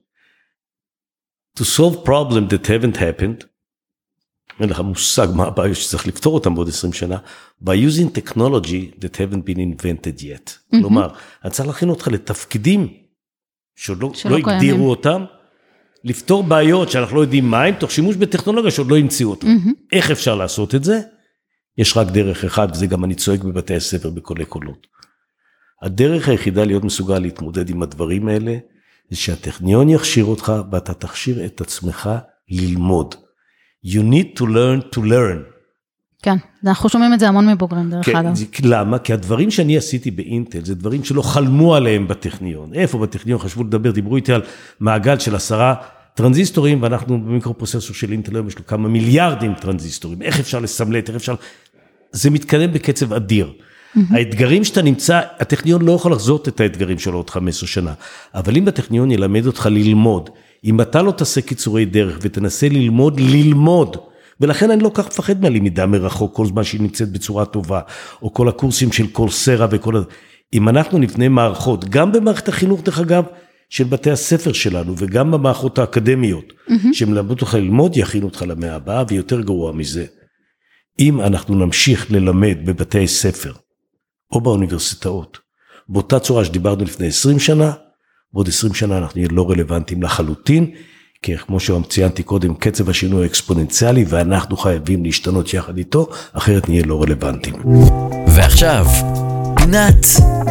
Speaker 1: To solve problems that haven't happened, אין לך מושג מה הבעיה שצריך לפתור אותם בעוד 20 שנה, by using technology that haven't been invented yet. כלומר, אני צריך להכין אותך לתפקידים שלא הגדירו אותם, לפתור בעיות שאנחנו לא יודעים מה הם, תוך שימוש בטכנולוגיה שעוד לא המציאו אותה. איך אפשר לעשות את זה? יש רק דרך אחד, וזה גם אני צועק בבתי הספר בקולי קולות. הדרך היחידה להיות מסוגל להתמודד עם הדברים האלה, זה שהטכניון יכשיר אותך, ואתה תכשיר את עצמך ללמוד. You need to learn to learn.
Speaker 2: כן, אנחנו שומעים את זה המון מבוגרים דרך אגב.
Speaker 1: למה? כי הדברים שאני עשיתי באינטל, זה דברים שלא חלמו עליהם בטכניון. איפה בטכניון חשבו לדבר, דיברו איתי על מעגל של 10 טרנזיסטורים, ואנחנו במיקרופרוססור של אינטל היום יש לו כמה מיליארדים טרנזיסטורים. איך אפשר לסמלט, איך אפשר... זה מתקדם בקצב אדיר. האתגרים שאתה נמצא, הטכניון לא יכול לחזות את האתגרים שלו עוד 15 שנה, אבל אם הטכניון ילמד אותך ללמוד, אם אתה לא תעשה קיצורי דרך ותנסה ללמוד, ולכן אני לא כך מפחד מהלמידה מרחוק, כל זמן שהיא נמצאת בצורה טובה, או כל הקורסים של קורסרה וכל... אם אנחנו נבנה מערכות, גם במערכת החינוך דרך אגב, של בתי הספר שלנו, וגם במערכות האקדמיות, שמלמדות אותך ללמוד, יכינו אותך למאה הבאה, ויותר גרוע מזה. אם אנחנו נמשיך ללמד בבתי ספר, או באוניברסיטאות, באותה צורה שדיברנו לפני 20 שנה, בעוד 20 שנה אנחנו נהיה לא רלוונטיים לחלוטין, כי כמו שציינתי קודם, קצב השינוי האקספוננציאלי, ואנחנו חייבים להשתנות יחד איתו, אחרת נהיה לא רלוונטיים.
Speaker 3: ועכשיו, פינת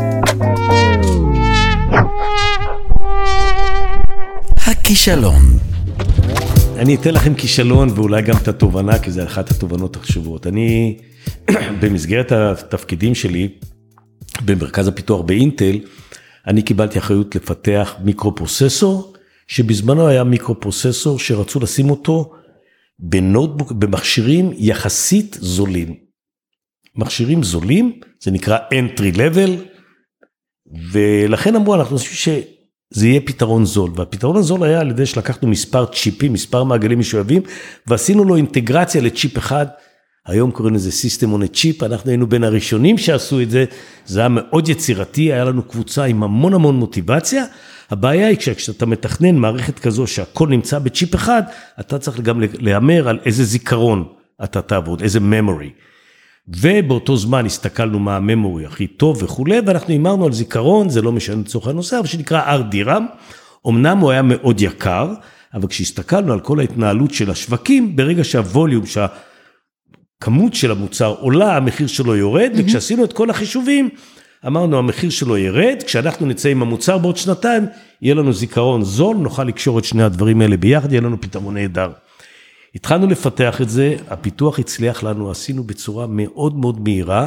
Speaker 3: הכישלון.
Speaker 1: אני אתן לכם כישלון, ואולי גם את התובנה, כי זה אחת התובנות החשובות. אני, במסגרת התפקידים שלי, במרכז הפיתוח באינטל, אני קיבלתי אחריות לפתח מיקרופרוססור, שבזמנו היה מיקרופרוססור שרצו לשים אותו בנוטבוק, במכשירים יחסית זולים. מכשירים זולים, זה נקרא entry level, ולכן אמרו, אנחנו חושבים שזה יהיה פתרון זול, והפתרון הזול היה על ידי שלקחנו מספר צ'יפים, מספר מעגלים משואבים, ועשינו לו אינטגרציה לצ'יפ אחד, היום קוראים לזה System on a Chip, אנחנו היינו בין הראשונים שעשו את זה, זה היה מאוד יצירתי, היה לנו קבוצה עם המון מוטיבציה, הבעיה היא כשאתה מתכנן מערכת כזו שהכל נמצא בצ'יפ אחד, אתה צריך גם להאמר על איזה זיכרון אתה תעבוד, איזה memory, ובאותו זמן הסתכלנו מה הממורי הכי טוב וכו', ואנחנו אמרנו על זיכרון, זה לא משנה לצורך הנושא, אבל שנקרא RDRAM, אמנם הוא היה מאוד יקר, אבל כשהסתכלנו על כל ההתנהלות של השווקים, ברגע שהווליום, כמות של המוצר עולה, המחיר שלו יורד, וכשעשינו את כל החישובים, אמרנו, המחיר שלו ירד, כשאנחנו נצא עם המוצר בעוד שנתיים, יהיה לנו זיכרון זול, נוכל לקשור את שני הדברים האלה ביחד, יהיה לנו פתרון נהדר. התחלנו לפתח את זה, הפיתוח הצליח לנו, עשינו בצורה מאוד מהירה,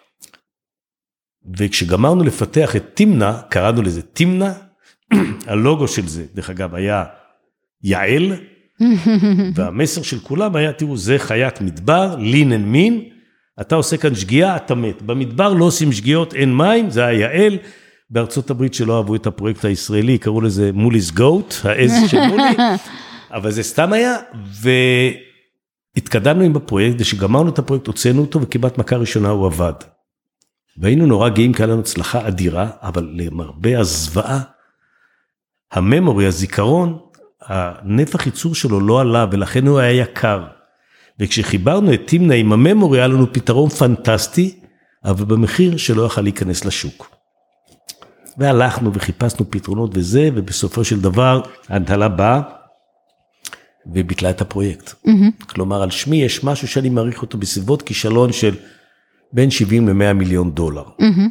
Speaker 1: וכשגמרנו לפתח את תמנה, קראנו לזה תמנה, הלוגו של זה, דרך אגב, היה יעל, והמסר של כולם היה, תראו, זה חיית מדבר, lean and mean, אתה עושה כאן שגיאה, אתה מת. במדבר לא עושים שגיאות, אין מים, זה היה יעל, בארצות הברית שלא אהבו את הפרויקט הישראלי, קראו לזה מולי's goat, העז של מולי, אבל זה סתם היה, והתקדמנו עם הפרויקט, ושגמרנו את הפרויקט, הוצאנו אותו, וכמעט מכה ראשונה הוא עבד. והיינו נורא גאים, כי היה לנו הצלחה אדירה, אבל למרבה הזוועה, הממורי, הזיכרון, הנפח ייצור שלו לא עלה, ולכן הוא היה יקר. וכשחיברנו את תמנה עם הממורי, היה לנו פתרון פנטסטי, אבל במחיר שלא יכל להיכנס לשוק. והלכנו וחיפשנו פתרונות וזה, ובסופו של דבר, ההנהלה באה, וביטלה את הפרויקט. כלומר, על שמי יש משהו שאני מעריך אותו בסביבות כישלון של בין 70 ל-100 מיליון דולר.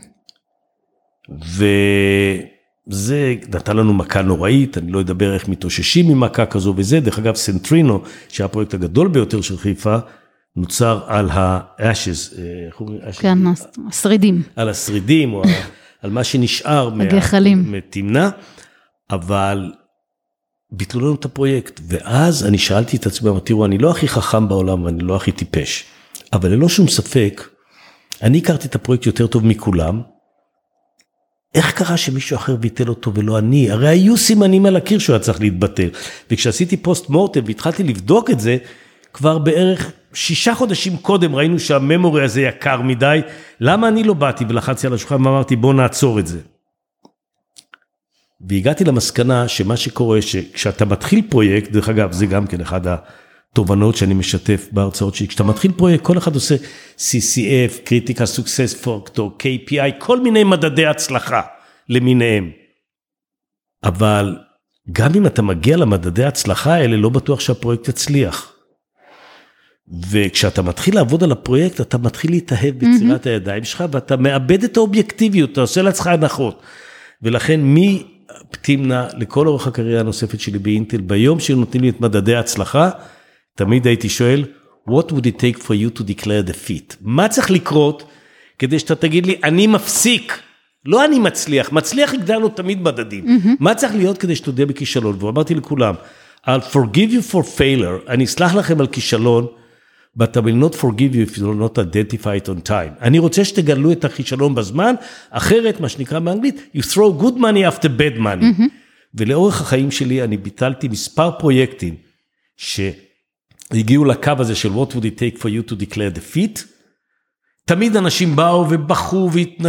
Speaker 1: וזה נתן לנו מכה נוראית, אני לא אדבר איך מתאוששים ממכה כזו וזה, דרך אגב סנטרינו, שהפרויקט הגדול ביותר של חיפה, נוצר על האשז,
Speaker 2: כן, השרידים.
Speaker 1: על השרידים, או על מה שנשאר מתמנה, אבל ביטלו לנו את הפרויקט, ואז אני שאלתי את עצמי, תראו, אני לא הכי חכם בעולם, ואני לא הכי טיפש, אבל ללא שום ספק, אני הכרתי את הפרויקט יותר טוב מכולם, איך קרה שמישהו אחר ביטל אותו ולא אני? הרי היו סימנים על הקיר שהוא היה צריך להתבטל, וכשעשיתי פוסט מורטם והתחלתי לבדוק את זה, כבר בערך 6 חודשים קודם ראינו שהממורי הזה יקר מדי, למה אני לא באתי ולחצתי על השולחן ואמרתי בוא נעצור את זה. והגעתי למסקנה שמה שקורה שכשאתה מתחיל פרויקט, דרך אגב זה גם כן אחד התובנות שאני משתף בהרצאות שלי, כשאתה מתחיל פרויקט כל אחד עושה CCF, Critical Success Factor, KPI, כל מיני מדדי הצלחה למיניהם. אבל גם אם אתה מגיע למדדי ההצלחה האלה, לא בטוח שהפרויקט יצליח. וכשאתה מתחיל לעבוד על הפרויקט, אתה מתחיל להתאהב בצירת הידיים שלך, ואתה מאבד את האובייקטיביות, אתה עושה לעצמך הנחות. ולכן מי תמנע לכל אורך הקריירה הנוספת שלי באינטל, ביום שנותנים לי את מדדי ההצלחה, תמיד הייתי שואל, what would it take for you to declare defeat? מה צריך לקרות כדי שאתה תגיד לי, אני מפסיק, לא אני מצליח הגדרנו תמיד מדדים. מה צריך להיות כדי שתודה בכישלון? ואמרתי לכולם, I'll forgive you for failure, אני אסלח לכם על כישלון, but I will not forgive you if you will not identify it on time. אני רוצה שתגלו את הכישלון בזמן, אחרת, מה שנקרא באנגלית, you throw good money after bad money. ולאורך החיים שלי, אני ביטלתי מספר פרויקטים, שהגיעו לקו הזה של what would it take for you to declare defeat, תמיד אנשים באו ובחו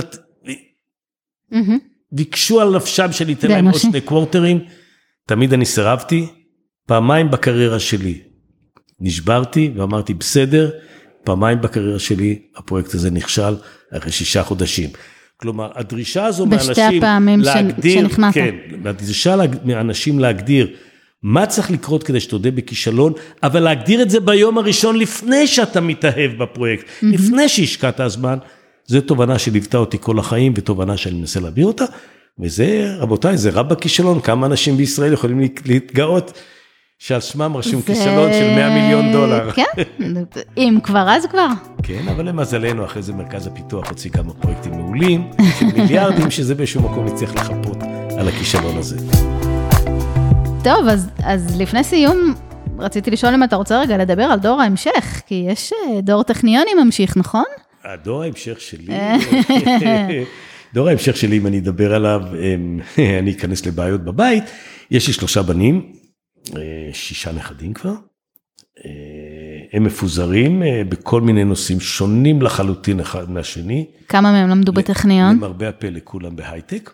Speaker 1: וביקשו על נפשם שלי, תן להם עוד 2 קוורטרים, תמיד אני סירבתי, פעמיים בקריירה שלי, נשברתי ואמרתי בסדר, פעמיים בקריירה שלי, הפרויקט הזה נכשל אחרי 6 חודשים. כלומר, הדרישה הזו
Speaker 2: בשתי הפעמים שנכנסת.
Speaker 1: כן, הדרישה מאנשים להגדיר, מה צריך לקרות כדי שתודה בכישלון, אבל להגדיר את זה ביום הראשון לפני שאתה מתאהב בפרויקט, לפני שהשקעת הזמן, זו תובנה שליוותה אותי כל החיים, ותובנה שאני מנסה להביא אותה, וזה, רבותיי, זה רב בכישלון, כמה אנשים בישראל יכולים להתגאות, שעל שמם רשום כישלון של $100 מיליון.
Speaker 2: כן, אם כבר אז כבר.
Speaker 1: כן, אבל למזלנו, אחרי זה מרכז הפיתוח הוציא כמה פרויקטים מעולים, של מיליארדים, שזה באיזשהו מקום יצטרך לחפות על הכישלון הזה.
Speaker 2: טוב, אז לפני סיום, רציתי לשאול אם אתה רוצה רגע לדבר על דור ההמשך, כי יש דור טכניוני ממשיך, נכון?
Speaker 1: הדור ההמשך שלי, דור ההמשך שלי, אם אני אדבר עליו, אני אכנס לבעיות בבית, יש לי 3 בנים, 6 נכדים כבר, הם מפוזרים בכל מיני נושאים שונים לחלוטין אחד מהשני.
Speaker 2: כמה מהם למדו בטכניון?
Speaker 1: למרבה הפלא, כולם בהייטק.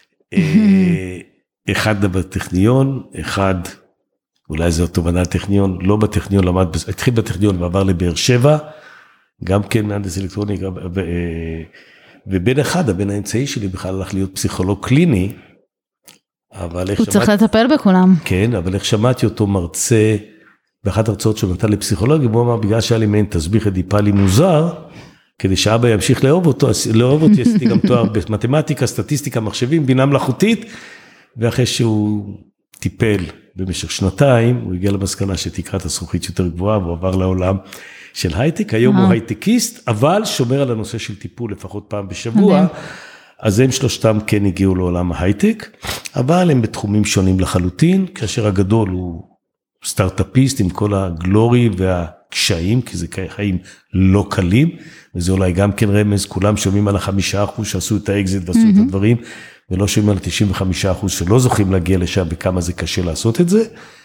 Speaker 1: אחד בטכניון, אחד, אולי זה תובנה טכניון, לא בטכניון, התחיל בטכניון ועבר לבאר שבע, גם כן מהנדס אלקטרוני, ובן אחד, הבן האמצעי שלי בכלל הלך להיות פסיכולוג קליני,
Speaker 2: הוא צריך לטפל בכולם.
Speaker 1: כן, אבל איך שמעתי אותו מרצה, באחת הרצאות שהוא נתן לפסיכולוגיה, הוא אמר, בגלל שהיה לי מעין תסביך אדיפלי מוזר, כדי שאבא ימשיך לאהוב אותי, עשיתי גם תואר במתמטיקה, סטטיסטיקה, מחשבים, בינה מלאכותית, ואחרי שהוא טיפל במשך 2 הוא הגיע למסקנה שתקרת הזכוכית יותר גבוהה, והוא עבר לעולם של הייטק, היום הוא הייטקיסט, אבל שומר על הנושא של טיפול לפחות פעם בשבוע, אז הם 3 כן הגיעו לעולם ההייטק, אבל הם בתחומים שונים לחלוטין, כאשר הגדול הוא סטארט-אפיסט עם כל הגלורי והקשיים, כי זה חיים לא קלים, וזה אולי גם כן רמז, כולם שומעים על 5% שעשו את האקזיט ועשו את הדברים, ולא שומעים על 95% שלא זוכים להגיע לשם, וכמה זה קשה לעשות את זה,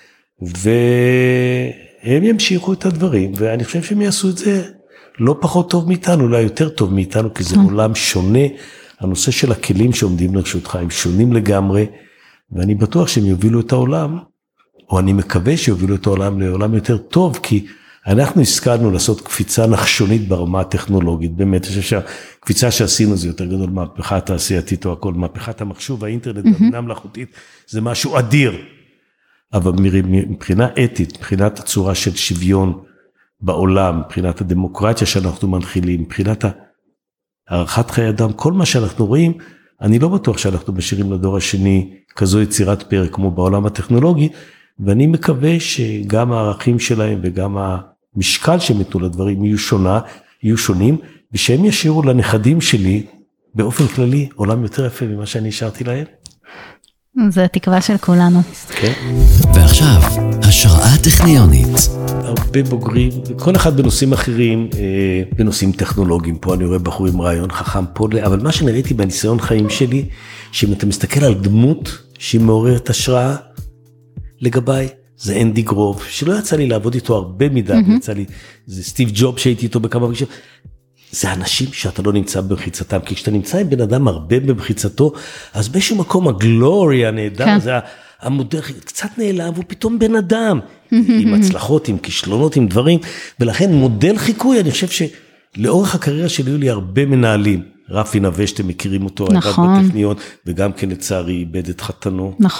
Speaker 1: והם ימשיכו את הדברים, ואני חושב שהם יעשו את זה לא פחות טוב מאיתנו, אולי יותר טוב מאיתנו, כי זה עולם שונה, הנושא של הכלים שעומדים לרשותך, הם שונים לגמרי, ואני בטוח שהם יובילו את העולם, או אני מקווה שיובילו את העולם לעולם יותר טוב, כי אנחנו השכלנו לעשות קפיצה נחשונית ברמה הטכנולוגית, באמת, אני חושב שהקפיצה שעשינו זה יותר גדול, מהפכה התעשייתית או הכל, מהפכת המחשוב, האינטרנט, והבינה מלאכותית, זה משהו אדיר, אבל מבחינה אתית, מבחינת הצורה של שוויון בעולם, מבחינת הדמוקרטיה שאנחנו מנחילים, מבחינת הערכת חיי אדם, כל מה שאנחנו רואים, אני לא בטוח שאנחנו משאירים לדור השני כזו יצירת פרק כמו בעולם הטכנולוגי, ואני מקווה שגם הערכים שלהם וגם המשקל שהם יתנו לדברים יהיו שונים, ושהם ישאירו לנכדים שלי באופן כללי עולם יותר יפה ממה שאני השארתי להם.
Speaker 2: זה התקווה של כולנו.
Speaker 1: כן.
Speaker 3: ועכשיו, השראה טכניונית.
Speaker 1: הרבה בוגרים, כל אחד בנושאים אחרים, בנושאים טכנולוגיים, פה אני רואה בחור עם רעיון חכם פה, אבל מה שנראיתי בניסיון חיים שלי, שאם אתה מסתכל על דמות שהיא מעוררת השראה, לגביי, זה אנדי גרוב, שלא יצא לי לעבוד איתו הרבה מדי, יצא לי, זה סטיב ג'וב שהייתי איתו בכמה פגישות, זה אנשים שאתה לא נמצא במחיצתם, כי כשאתה נמצא עם בן אדם הרבה במחיצתו, אז באיזשהו מקום הגלורי הנהדר, זה המודל, קצת נעלב, הוא פתאום בן אדם, עם הצלחות, עם כישלונות, עם דברים, ולכן מודל חיקוי, אני חושב שלאורך הקריירה שלי היו לי הרבה מנהלים, רפי נווה שאתם מכירים אותו,
Speaker 2: נכון.
Speaker 1: בטכניון, וגם כן לצערי איבד את חתנו.
Speaker 2: נכון.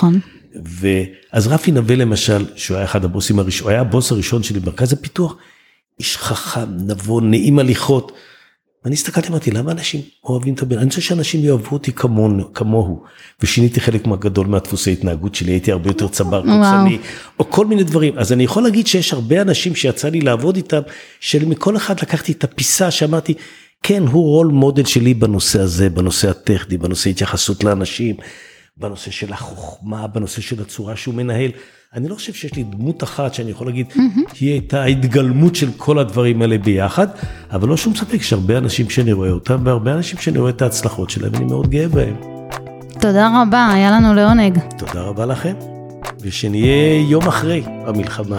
Speaker 1: אז רפי נווה למשל, שהוא היה אחד הבוסים הראשון, הוא היה הבוס הראשון שלי במרכז הפיתוח, איש חכם, נבון, נעים הליכות. ואני הסתכלתי, אמרתי, למה אנשים אוהבים את הבן? אני חושב שאנשים יאהבו אותי כמוהו, ושיניתי חלק מהגדול מהדפוסי התנהגות שלי, הייתי הרבה יותר צבר קוצני, או כל מיני דברים. אז אני יכול להגיד שיש הרבה אנשים שיצא לי לעבוד איתם, שמכל אחד לקחתי את הפיסה שאמרתי, כן, הוא רול מודל שלי בנושא הזה, בנושא הטכני, בנושא התייחסות לאנשים, בנושא של החוכמה, בנושא של הצורה שהוא מנהל. אני לא חושב שיש לי דמות אחת שאני יכול להגיד, היא הייתה ההתגלמות של כל הדברים האלה ביחד, אבל לא שום ספק שהרבה אנשים שאני רואה אותם, והרבה אנשים שאני רואה את ההצלחות שלהם, אני מאוד גאה בהם.
Speaker 2: תודה רבה, היה לנו לעונג.
Speaker 1: תודה רבה לכם, ושנהיה יום אחרי המלחמה.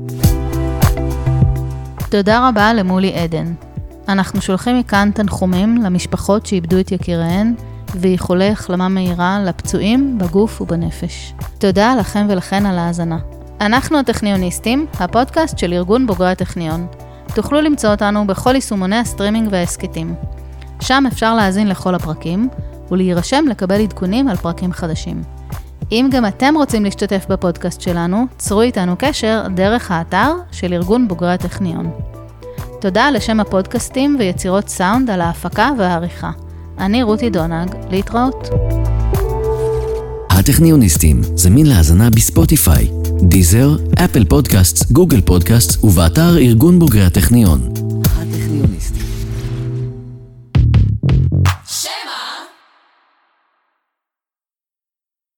Speaker 2: תודה רבה למולי עדן. אנחנו שולחים מכאן תנחומים למשפחות שאיבדו את יקיריהן, ואיחולי החלמה מהירה לפצועים בגוף ובנפש. תודה לכם ולכן על ההאזנה. אנחנו הטכניוניסטים, הפודקאסט של ארגון בוגרי הטכניון. תוכלו למצוא אותנו בכל יישומוני הסטרימינג והעסקטים. שם אפשר להאזין לכל הפרקים, ולהירשם לקבל עדכונים על פרקים חדשים. אם גם אתם רוצים להשתתף בפודקאסט שלנו, צרו איתנו קשר דרך האתר של ארגון בוגרי הטכניון. תודה לשם הפודקאסטים ויצירות סאונד על ההפקה והעריכה. אני רותי דונג, להתראות.
Speaker 3: הטכניוניסטים זמין להאזנה בספוטיפיי, דיזר, אפל פודקאסטס, גוגל פודקאסטס ובאתר ארגון בוגרי הטכניון.